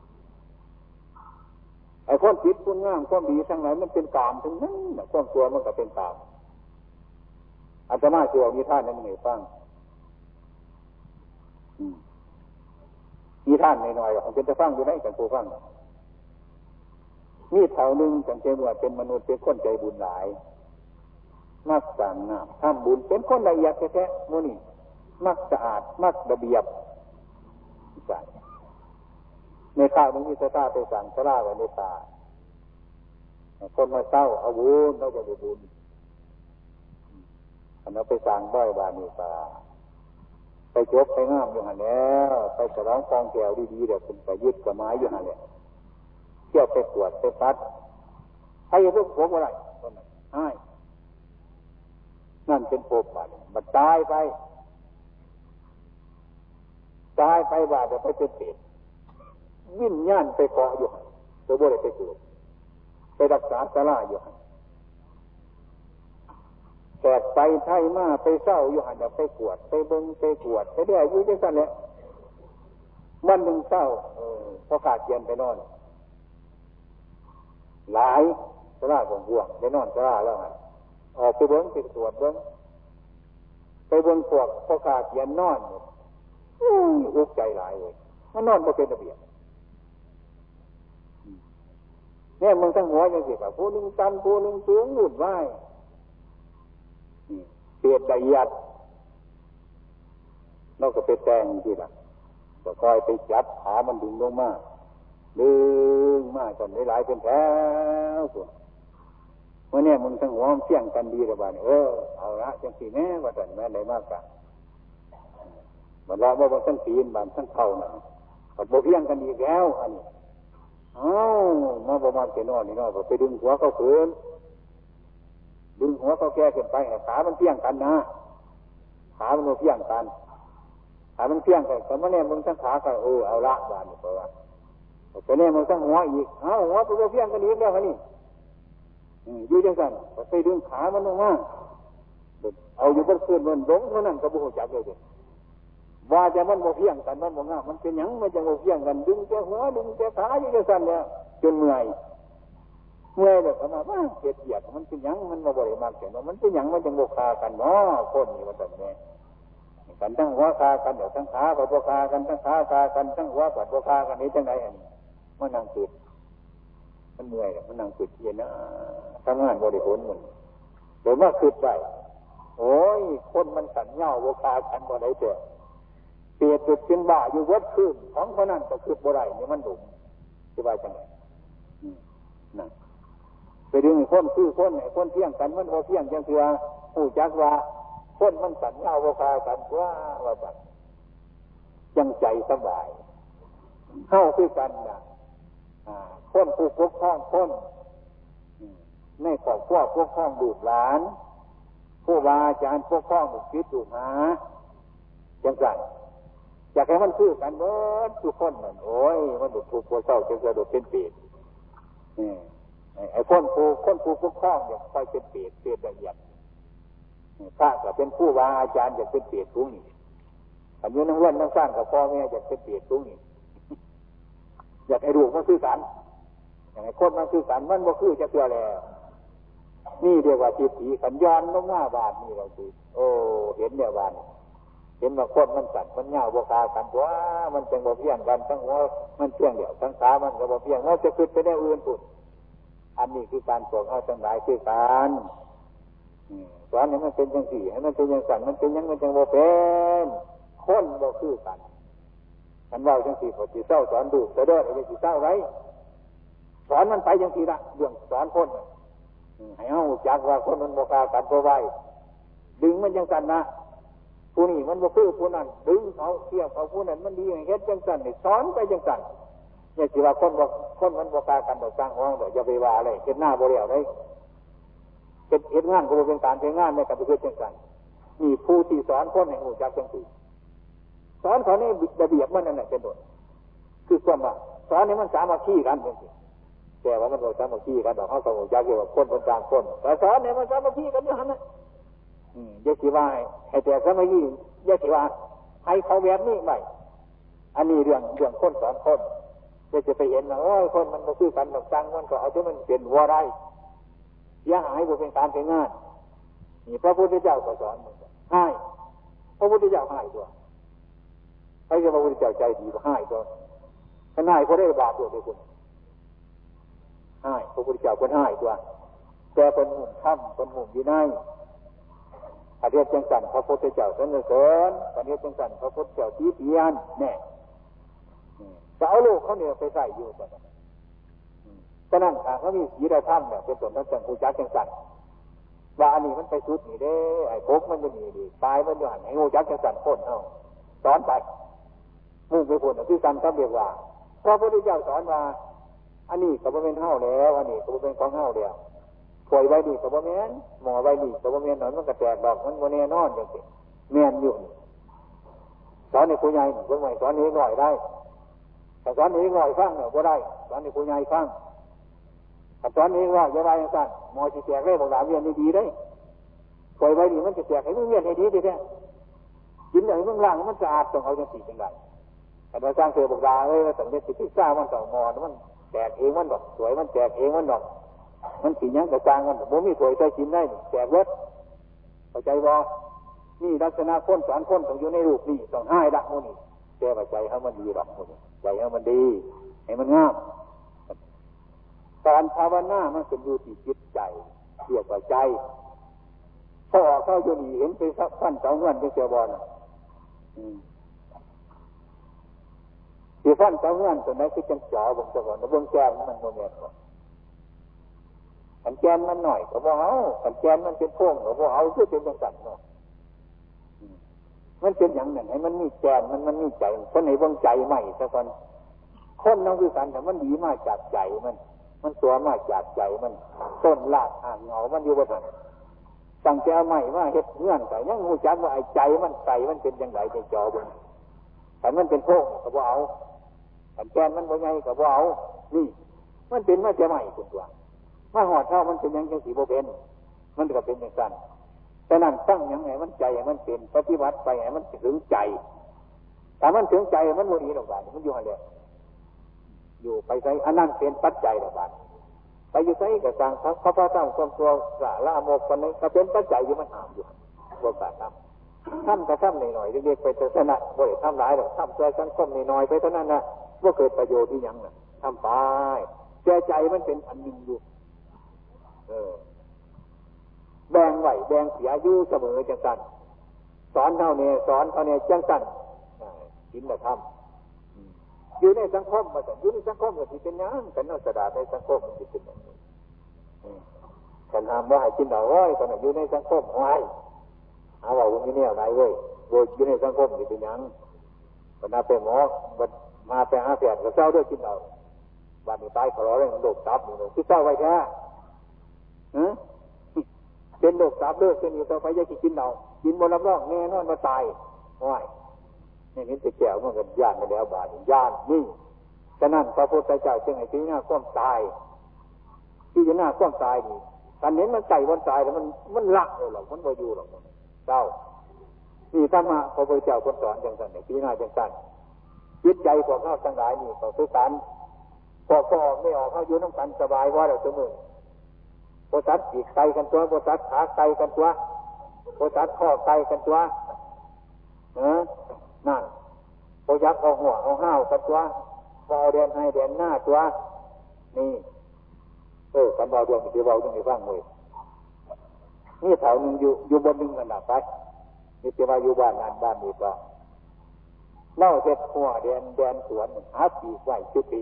ไอ้ความคิดคุณงามความดีทั้งหลายมันเป็นกามทั้งนั้นความตัวมันก็เป็นกามอาตมาเชื่อมีท่านนั้นไม่ฟังมีท่านหน่อยๆผมเป็นจะฟังอยู่ไหนกันกูฟังมีเท่านึงจังเจว่าเป็นมนุษย์เป็นคนใจบุญหลายมักสั่งน้ำทำบุญเป็นคนละเอียดแท้ๆโมนี่มักสะอาดมักระเบียบในข้าวมันมีตาไปสั่งสลาไว้ในตาคนมาเศร้าเอาบุญเราจะได้บุญเราไปสั่งบ่อยบานนี่ตาไปจบไปง่ามอยู่หันแล้วไปฉลองฟองแก้วดีๆเดี๋ยวคุณไปยึดกับไม้อยู่หันเนี่ยเที่ยวไปตรวจไปปัดให้ลูกผมอะไรคนนั้นให้นั่นเป็นโภคบาดมันตายไปบาดจะไปเป็นเปรตวิญญาณไปเกาะอยู่ตัวบ่ได้ไปเกิดไปรักษาศาลาอยู่แขกไปไทยมาไปเศร้าอยู่หันเดี๋ยวไปกวดไปเบิ้งไปกวดไปเรื่อยอยู่จังซั่นแหละวันหนึ่งเศร้าพอขาดเย็นไปนอนหลายสลาของห่วงได้นอนสลาแล้วออกไปเบิ้งไปตรวจเบิ้งไปบนพวกพ่อขาเขียนนอนอุกใจหลายเลยมันนอนไม่เป็นระเบียบเนี่ยมึงทั้งหัวยังสิแบบผู้หนึ่งตันผู้หนึ่งสูงหลุดไหวเปียดใดยัดเราก็ไปแต่งที่ละก็คอยไปจับขามันดึงลงมาดึงมาจนหลายเป็นแถวส่วนเมื่อเนี่ยมึงทั้งหัวมันเสี่ยงกันดีระบาดเอาละจังสีแม่ว่าแต่แม่ได้มากกันมันเราว่าทั้งปีนบานทั้งเท่าน่ะก็บ่เพียงกันอีกแล้วอันนี้มาประมาณกี่นอนนี่นอนก็ไปดึงหัวเขาขืนดึงหัวเขาแก่ขึ้นไปขามันเพียงกันนะขามันเพียงกันขามันเพียงกันแต่เมื่อเนี่ยมึงทั้งขาก็เอาละบานนี่เพราะว่าแต่เนี่ยมึงทั้งหัวอีกหัวไปเพียงกันอีกแล้วนี่อยู่จังสันไปดึงขามันลงมาเอาอยู่บนคืนมันหลงเท่านั้นก็บุกจับเลยว่าจะมันโมเพียงกันมันโมง่ามันเป็นหยังมันจะโมเพียงกันดึงแต่หัวดึงแต่ขาอยู่จังสันเนี่ยจนเมื่อยเลยประมาณว่าเกียดมันเป็นหยังมันมาบริมาเขียนว่ามันเป็นหยังมันจะโมคากันเนาะคนนี้มันแบบนี้กันทั้งหัวคากันเดี๋ยวทั้งขากับโมคากันทั้งขาคากันทั้งหัวกับโมคากันนี้จังไหนอันนี้มันนั่งติดมันเหนื่อยมันนั่งติดเย็นนะทำงานบริโภคมันเดี๋ยวว่าคืดไปโอ้ยคนมันสัญญาโมคากันบ่ได้เจ้เปียดจุดเป็นบ่าอยู่วัดขึ้นของคนนั้นก็คือบ่ได้เนี่ยมันดุที่ว่าจังไงนั่นไปดึงคนคือคนไหนคนเที่ยงกันมันพอเที่ยงจังเถื่อผู้จักว่าคนมันสัญญาโมคากันว่าแบบยังใจสบายเข้าคือกันนะคนผู้ปกครองคนในครอบครัวปกครองบุตรหลานผู้บาอาจารย์ปกครองบุตรศิษย์ลูกหาจังสันอยากให้มันคือกันเบิดทุกคนมันโอ้ยมันดุถูกตัวเศร้าจะกระโดดเป็นเปรตไอ้คนผู้ปกครองอยากคอยเป็นเปรตละเอียดถ้าก็เป็นผู้บาอาจารย์อยากเป็นเปรตสูงนี่อันนี้นั่งเล่นนั่งสร้างกับพ่อแม่อยากเป็นเปรตสูงนี่อยากให้ดูมันคือกันอย่างไรคนมันคือกันมันบ่คือจะเชื่อแล้วนี่เรียกว่าจิตผีขันย้อนลงหน้าบาทนี่เราคือเห็นเนี่ยบานเห็นว่าคนมันสั่นมันเงาบวคากันว่ามันเป็นบ่เพียงกันทั้งหัวมันเพียงเดียวทั้งขามันก็บ่เพียงเราจะขึ้นไปได้อื่นปุ่นอันนี้คือการสอนเอาทั้งหลายคือการสอนให้มันเป็นจังสี่ให้มันเป็นจังสั่นมันเป็นยังมันจังบ่เป็นคนบ่คือกันกันว่าจังสี่พอจีเศร้าสอนดูแต่เด้อไอ้จีเศร้าไรสอนมันไปจังสี่ละเรื่องสอนคนให้เอาจากว่าคนมันโมกากันตัวไว้ดึงมันจังสันนะผู้นี้มันบ่คือผู้นั้นดึงเขาเทียบเขาผู้นั้นมันดีอย่างเฮ็ดจังสันนี่สอนไปจังสันเนี่ยสิว่าคนมันโมกากันดอกสร้างห้องดอกอย่าไปว่าอะไรเฮ็ดหน้าบ่เรียวเลยเฮ็ดงานก็บ่เป็นการเป็นงานในการเฮ็ดจังสันนี่ผู้ที่สอนคนให้รู้จักจังสี่สอนเขานี่ระเบียบมันนั่นแหละเป็นต้นคือความว่าสอนให้มันสามัคคีกันจังซี่แต่ว่ามันบ่สามัคคีกันดอกเฮาต้องรู้จักว่าคนเป็นต่างคนแต่สอนให้มันสามัคคีกันอยู่หั่นน่ะอย่าสิว่าให้แต่สามัคคีอย่าสิว่าให้เขาแบบนี้ไม่อันนี้เรื่องคนสอนคนจะไปเห็นว่าคนมันบ่คือกันดอกจังมันก็เอาที่มันเป็นวัวได้เสียหายบ่เป็นการเป็นงานนี่พระพุทธเจ้าก็สอนให้พระพุทธเจ้าให้ตัวใครจะพระพุทธเจ้าใจดีบ่ให้ตัวท่านให้บ่ได้บาปด้วยคุณให้พระพุทธเจ้าเพิ่นให้ตัวแต่เป็นหุ่นถ้ำเป็นหุ่นวินัยอาเดียจังสันพระพุทธเจ้าสรรเสริญอาเดียจังสันพระพุทธเจ้าตีเตียนแน่จะเอาลูกเขาเนี่ยไปใส่อยู่ก่อนฉะนั้นเขามีศีลธรรมเนี่ยเป็นส่วนนั้นจังผู้จักจังสันว่าอันนี้มันไปสุดนี่เด้ไอ้พกมันจะมีดีตายมันอยู่หันไอ้งูจักจังสันคนเอาสอนไปมุ่งไปผลที่การเขาเรียกว่าพระพุทธเจ้าสอนว่าอันนี้ก็บ่เป็นเฮาแล้วอันนี้ก็บ่เป็นของเฮาแล้วป่วยไว้ดีก็บ่แม่นหมอไว้ดีก็บ่แม่นมันก็แตกดอกมันบ่แน่นอนจังซี่แม่นอยู่สอนให้ผู้ใหญ่เพิ่นไว้สอนให้น้อยได้แต่สอนให้น้อยฟังเนี่ยบ่ได้สอนให้ผู้ใหญ่ฟังถ้าสอนให้น้อยอย่าว่าจังซั่นหมอสิแตกเลยบอกหลานเรียนดีๆเด้ป่วยไว้ดีมันจะแตกให้มึงเรียนให้ดีแท้กินให้มึงล้างมันสะอาดต้องเอาจังซี่จังได๋แต่ว่าสร้างเสือบอกดาต้องเรียนสิศึกษามันต้องหมอมันแตกเองมันดอกสวยมันแตกเองมันดอกมันสียังกระจางกันโมมีถวยใจกินได้แจกรถเข้าใจบ่นี่ลักษณะคนสอนคนต้องอยู่ในรูปนี่ต้องให้ดักโมนี่แก้ใจให้มันดีหรอกโมนี่ใจให้มันดีให้มันงามการภาวนามันเป็นอยู่ที่จิตใจเรียกว่าใจพอเข้าอยู่นี่เห็นไปสักขั้นสองวันเป็นเสียบอลที่ขั้นสองวันตัวนั้นคือจังจ๋อบงสะก่อนแล้วบงแก้มมันโมเมนต์ขันแก้มมันหน่อยก็บ่เอาขันแก้มมันเป็นพวงก็บ่เอาคือเป็นจังสั่นเนาะมันเป็นอย่างนั้นให้มันมีแก้มมันมีใจคนไหนบงใจใหม่ซะก่อนคนน้องคือกันแต่มันดีมาจากใจมันตัวมาจากใจมันต้นรากอ่างเงามันอยู่บนนั้นตั้งแต่ใหม่ว่าเฮ็ดเงื่อนแต่ยังหูจักว่าไอ้ใจมันใจมันเป็นยังไงในจอบนแต่มันเป็นพวกก็บ่เอาแต่แกนมันบ่ใหญ่ก็บ่เอานี่มันเป็นมาแต่ใหม่คุณตัวมาหอดเท่ามันเป็นยังจังสีบ่เป็นมันก็เป็นอย่างนั้นแต่นั่นตั้งยังไงมันใจมันเป็นปฏิบัติไปให้มันถึงใจแต่มันถึงใจมันโมดีหรอกบ้านมันอยู่อะไรอยู่ไปใช้อันนั้นเป็นปัจจัยหรอกบ้านไปอยู่ใช้กับการพระตั้งความตัวสาละโมกคนนี้ก็เป็นปัจจัยอยู่มันหามอยู่โอกาสทำก็ทำหน่อยๆเรียกไปแต่ชนะบ่ได้ทำหลายหรอกทำใจสังคมหน่อยๆไปเท่านั้นนะว่าเกิดประโยชน์ที่ยังน่ะทำไปใจมันเป็นอันหนึ่งอยู่แบ่งไหวแบ่งเสียอยู่เสมอจังสันสอนเท่านี้จังสันศีลธรรมอยู่ในสังคมมาแต่อยู่ในสังคมก็ที่เป็นยังกันนอกสดาในสังคมมันจะเป็นอย่างนี้ฉันห้ามว่าให้กินเหล้าไว้ตอนนั้นอยู่ในสังคมไว้เอาว่าวันนี้เนี่ยไหนเว้ยโวยอยู่ในสังคมจะเป็นยังวันน่าเป็นหมอวันมาไปหาแฟนก็เศร้าด้วยกินเหล้าวันนี้ตายขอร้องเรื่องโรคตับนี่เลยที่เศร้าไว้แค่เป็นโรคตับเลือดเส้นอยู่ต่อไปจะกินเหล้ากินบนลำร่องแน่นอนมาตายว้ายนี่เห็นแต่แก้วมันกันย่านไปแล้วบาดย่านนี่ฉะนั้นพระพุทธเจ้าจึงให้พิจารณาความตายพิจารณาความตายนี่การเห็นมันใจวันตายแล้วมันลักเลยหรอกมันบ่อยู่หรอกเจ้านี่ธรรมะพระพุทธเจ้าคนสอนจังสันพิจารณาจังสันจิตใจพวกเขาทั้งหลายนี่ก็คือการพอออกไม่ออกเขาอยู่น้ำกันสบายว่าเราเสมอโพสัตปีกไกลกันตัวโพสัตขาไกลกันตัวโพสัตข้อไกลกันตัวนั่นโพยักเอาหัวเอาห้าวกันตัวพอเอาเดินให้เดินหน้าตัวนี่กันเบาดวงที่เบาต้องมีบ้างเลยนี่แถวนึงอยู่บนนึงกันนะไปนี่จะมาอยู่บ้านนั้นบ้านนี้ก็เล่าเจ็ดหัวเดินสวนหาปีกไว้ชุดปี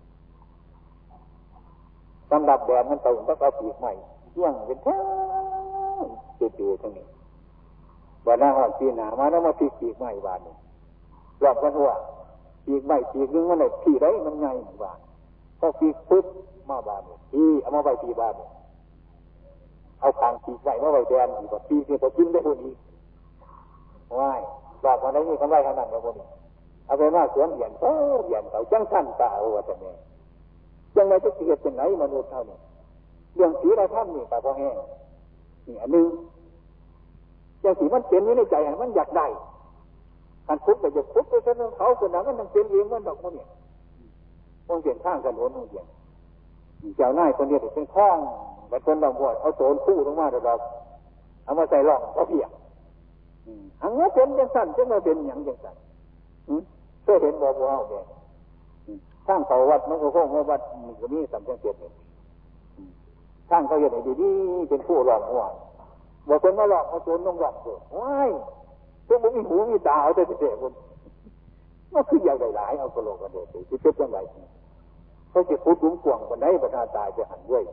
สำหรับแดนมันต้องเอาปีกใหม่เที่ยงเป็นแท้ปีทั้งนี้วันหน้าห้องปีหนามาแล้วมาปีกใหม่บานนี้รอบกันหัวปีกใหม่ปีกนึงมันไหนปีได้มันไงบานพอปีกปุ๊บมาบานนี้เอามาใบปีบานเอาคางปีกใหม่มาใบแดนอีกว่าปีนี่พอกินได้คนอีกว้ายรอบวันนี้คำไรขนาดนี้คนนี้เอาไปมาสวนเหยียนเขาจังสั้นตาหัวแต่เนี่ยยังไงจะเกิดเป็นไหนมนุษย์เท่านี้เรื่องศีลธรรมนี่แต่พอแห้งนี่อันนึงอย่างสีมันเป็นอยู่ในใจมันอยากได้การพุทธแต่จะพุทธไปซะนั่นเขาคนนั้นมันต้องเป็นเองมันดอกมันเนี่ยต้องเปลี่ยนข้างกันโหนต้องเปลี่ยนเจ้าหน้าคนเดียวเป็นข้องแต่คนบางคนเอาโซนคู่ลงมาเดี๋ยวเราเอามาใส่ร่องก็เพียงอันนี้เป็นจังสั่นจะมาเป็นอย่างจังสั่นเพื่อเห็นบ่เอาเนี่ยข้างเขาวัดมันก็คงวัดมีก็มีสำคัญเจ็ดเนี่ยข้างเขาอย่างนี้ดีๆเป็นผู้หลอกหัวบอกคนมาหลอกมาโจรต้องหลอกตัวว้ายตัวมันมีหูมีตาเอาแต่เด็กคนมันคืออย่างหลายเอากระโหลกกระเด็ดไปที่เป็นอย่างไรเขาจะพูดลุ้มกวางคนไหนประทาตายจะหันด้วย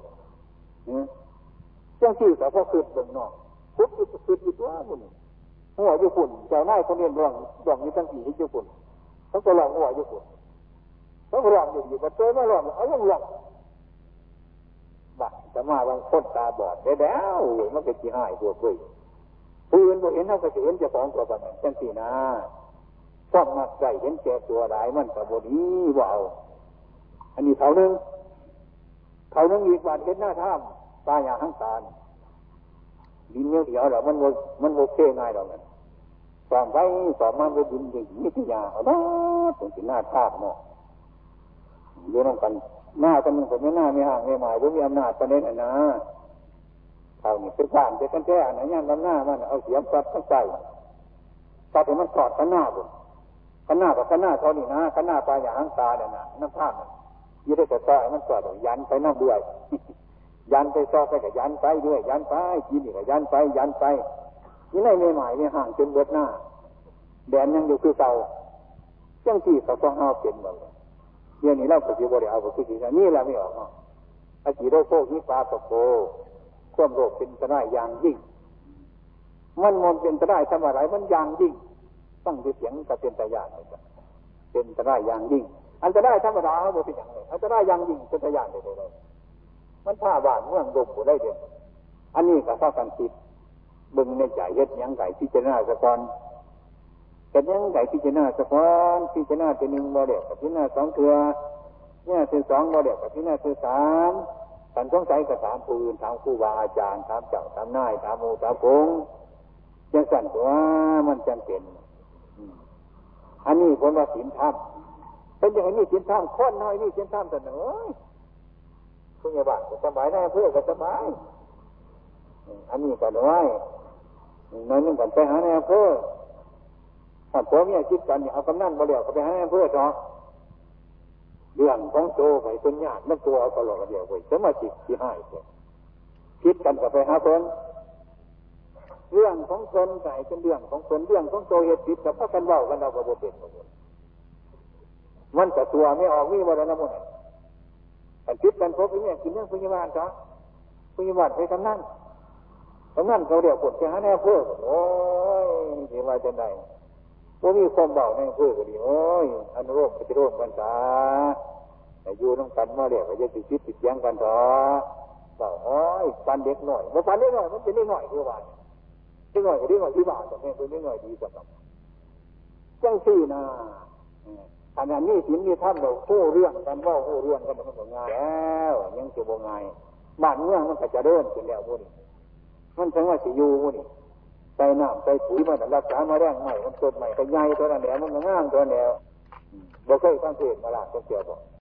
เจ้าชื่อแต่พ่อคืนตรงนอกพุทธคืนอยู่ตัวมันหัวอยู่ฝุ่นเจ้าหน้าคนเรียนร้องนี้ตั้งกี่ที่อยู่ฝุ่นเขาก็ร้องหัวอยู่ฝุ่นเขาก็ร้องอยู่มาเจอมาร้องเอายังร้องบ้าแต่มาบางคนตาบอดได้แล้วมันเป็นที่หายพวกเลยผู้อื่นบ่เห็นเขาก็จะเห็นเจ้าของตัวมันจังสีนะชอบมาใส่เห็นแก่ตัวหลายมันก็บ่ดีบ่เอาอันนี้เท่านึงอีกบาดเห็นหน้าถ้ำตาอย่างทั้งตาดินเดียวๆหรอมันโอเคง่ายหรอกนั่นสองไปสองมันไปดินอย่างนี้ที่ยาเอาได้ถึงหน้าถ้ำเนาะอยู่นั่งกันหน้าคนหนึ่งผมไม่หน้าไม่ห่างไม่หมายว่ามีอำนาจประเด็นนะเท่านี้เป็นบ้านเป็นกันแท้อันไหนย่ำลำหน้ามันเอาเสียมปัดทั้งใจปัดให้มันสอดกันหน้าบุญกันหน้ากับกันหน้าเท่านี้นะกันหน้าปลายหางตาเนี่ยนะน้ำผ้ามันยืดได้แต่ต่อมันสอดยันไปน้ำด้วยยันไปซอกไปกับยันไปด้วยยันไปกินอีกกับยันไปยันไปนี่ในไม่หมายไม่ห่างจนเบิดหน้าแดนยังอยู่คือเก่าเจ้าที่เขาต้องเอาเป็นหมดเลยเดี๋ยวนี้เราปฏิบัติเอาปฏิบัตินี่แหละไม่ออกอาชีโรโควิปาสโกความโรคเป็นอันตรายอย่างยิ่งมันเป็นอันตรายทำอะไรมันอย่างยิ่งต้องดูเสียงกับเป็นตายานเป็นอันตรายอย่างยิ่งอันตรายธรรมดาเขาบอกเป็นอย่างไรอันตรายอย่างยิ่งเป็นตายานเลยมันผ้าบานเมืองดมบุได้เด่นอันนี้ก็ข้อกันคิดบึงในใจเฮ็ดยังไก่พิจารณาสะก่อนแต่ยังไก่พิจารณาสะก่อนพิจารณาเป็นหนึ่งโมเดลกับพิจารณาสองเถื่อเนี่ยคือสองโมเดลกับพิจารณาคือสามท่านสงสัยกับถามผู้อื่นถามครูบาอาจารย์ถามเจ้าถามนายถามหมู่ถามพงยังสั่นตัวมันจำเป็นอันนี้ผมว่าศีลธรรมเป็นอย่างนี้ศีลธรรมข้นน้อยนี่ศีลธรรมแต่หนึ่งคุณยาบาลก็สบายได้เพื่อก็สบายอันนี้ก็น้อยน้อยนึงกันไปหาในอำเภอถ้าผัวเมียคิดกันเอากำนันมาเดี๋ยวเขาไปหาในอำเภอต่อเรื่องของโตไปเป็นญาติมันตัวเอาตลอดเดียวไปสมาชิกที่ให้คิดกันก็ไปหาเพิ่นเรื่องของเพิ่นใส่เป็นเรื่องของเพิ่นเรื่องของโตเหตุผิดกับพระกันเว้ากันเราก็บ่เป็นมันแต่ตัวไม่ออกมีบ่ได้นะมื้อแต่คิดกันพบเนี่ยกินเรื่องพยาบาลจ้ะพยาบาลไปกำนันเขาเรียกผลไปหาแน่เพื่อโอ้ยที่ว่าจะได้ว่ามีความเบาแน่เพื่อก็ดีโอ้ยอนุโลมปฏิโลมกันจ้าแต่อยู่น้ำกันมาเรียกว่าจะติดติดยังกันต่อบอกโอ้ยปันเด็กหน่อยมาปันเด็กหน่อยมันเป็นเด็กหน่อยคือว่าเด็กหน่อยก็เด็กหน่อยที่บ้านแต่แม่เป็นเด็กหน่อยดีสำหรับจังซี่นะอันนี้สิ่งที่ทำเราคู่เรื่องกันว่าคู่เรื่องกันมันก็ง่ายแล้วยังจะบ่ง่ายบ้านเมืองมันก็จะเดินขึ้นแล้วพวกนี้มันถึงว่าสิอยู่พวกนี้ใส่น้ำใส่ปุ๋ยมันรักษามาแรงใหม่มันต้นใหม่ก็ใหญ่ตัวนั้นแหละมันง่างตัวนั้นแล้วบ่เคยสังเกตมาละต้องเกี่ยวกับ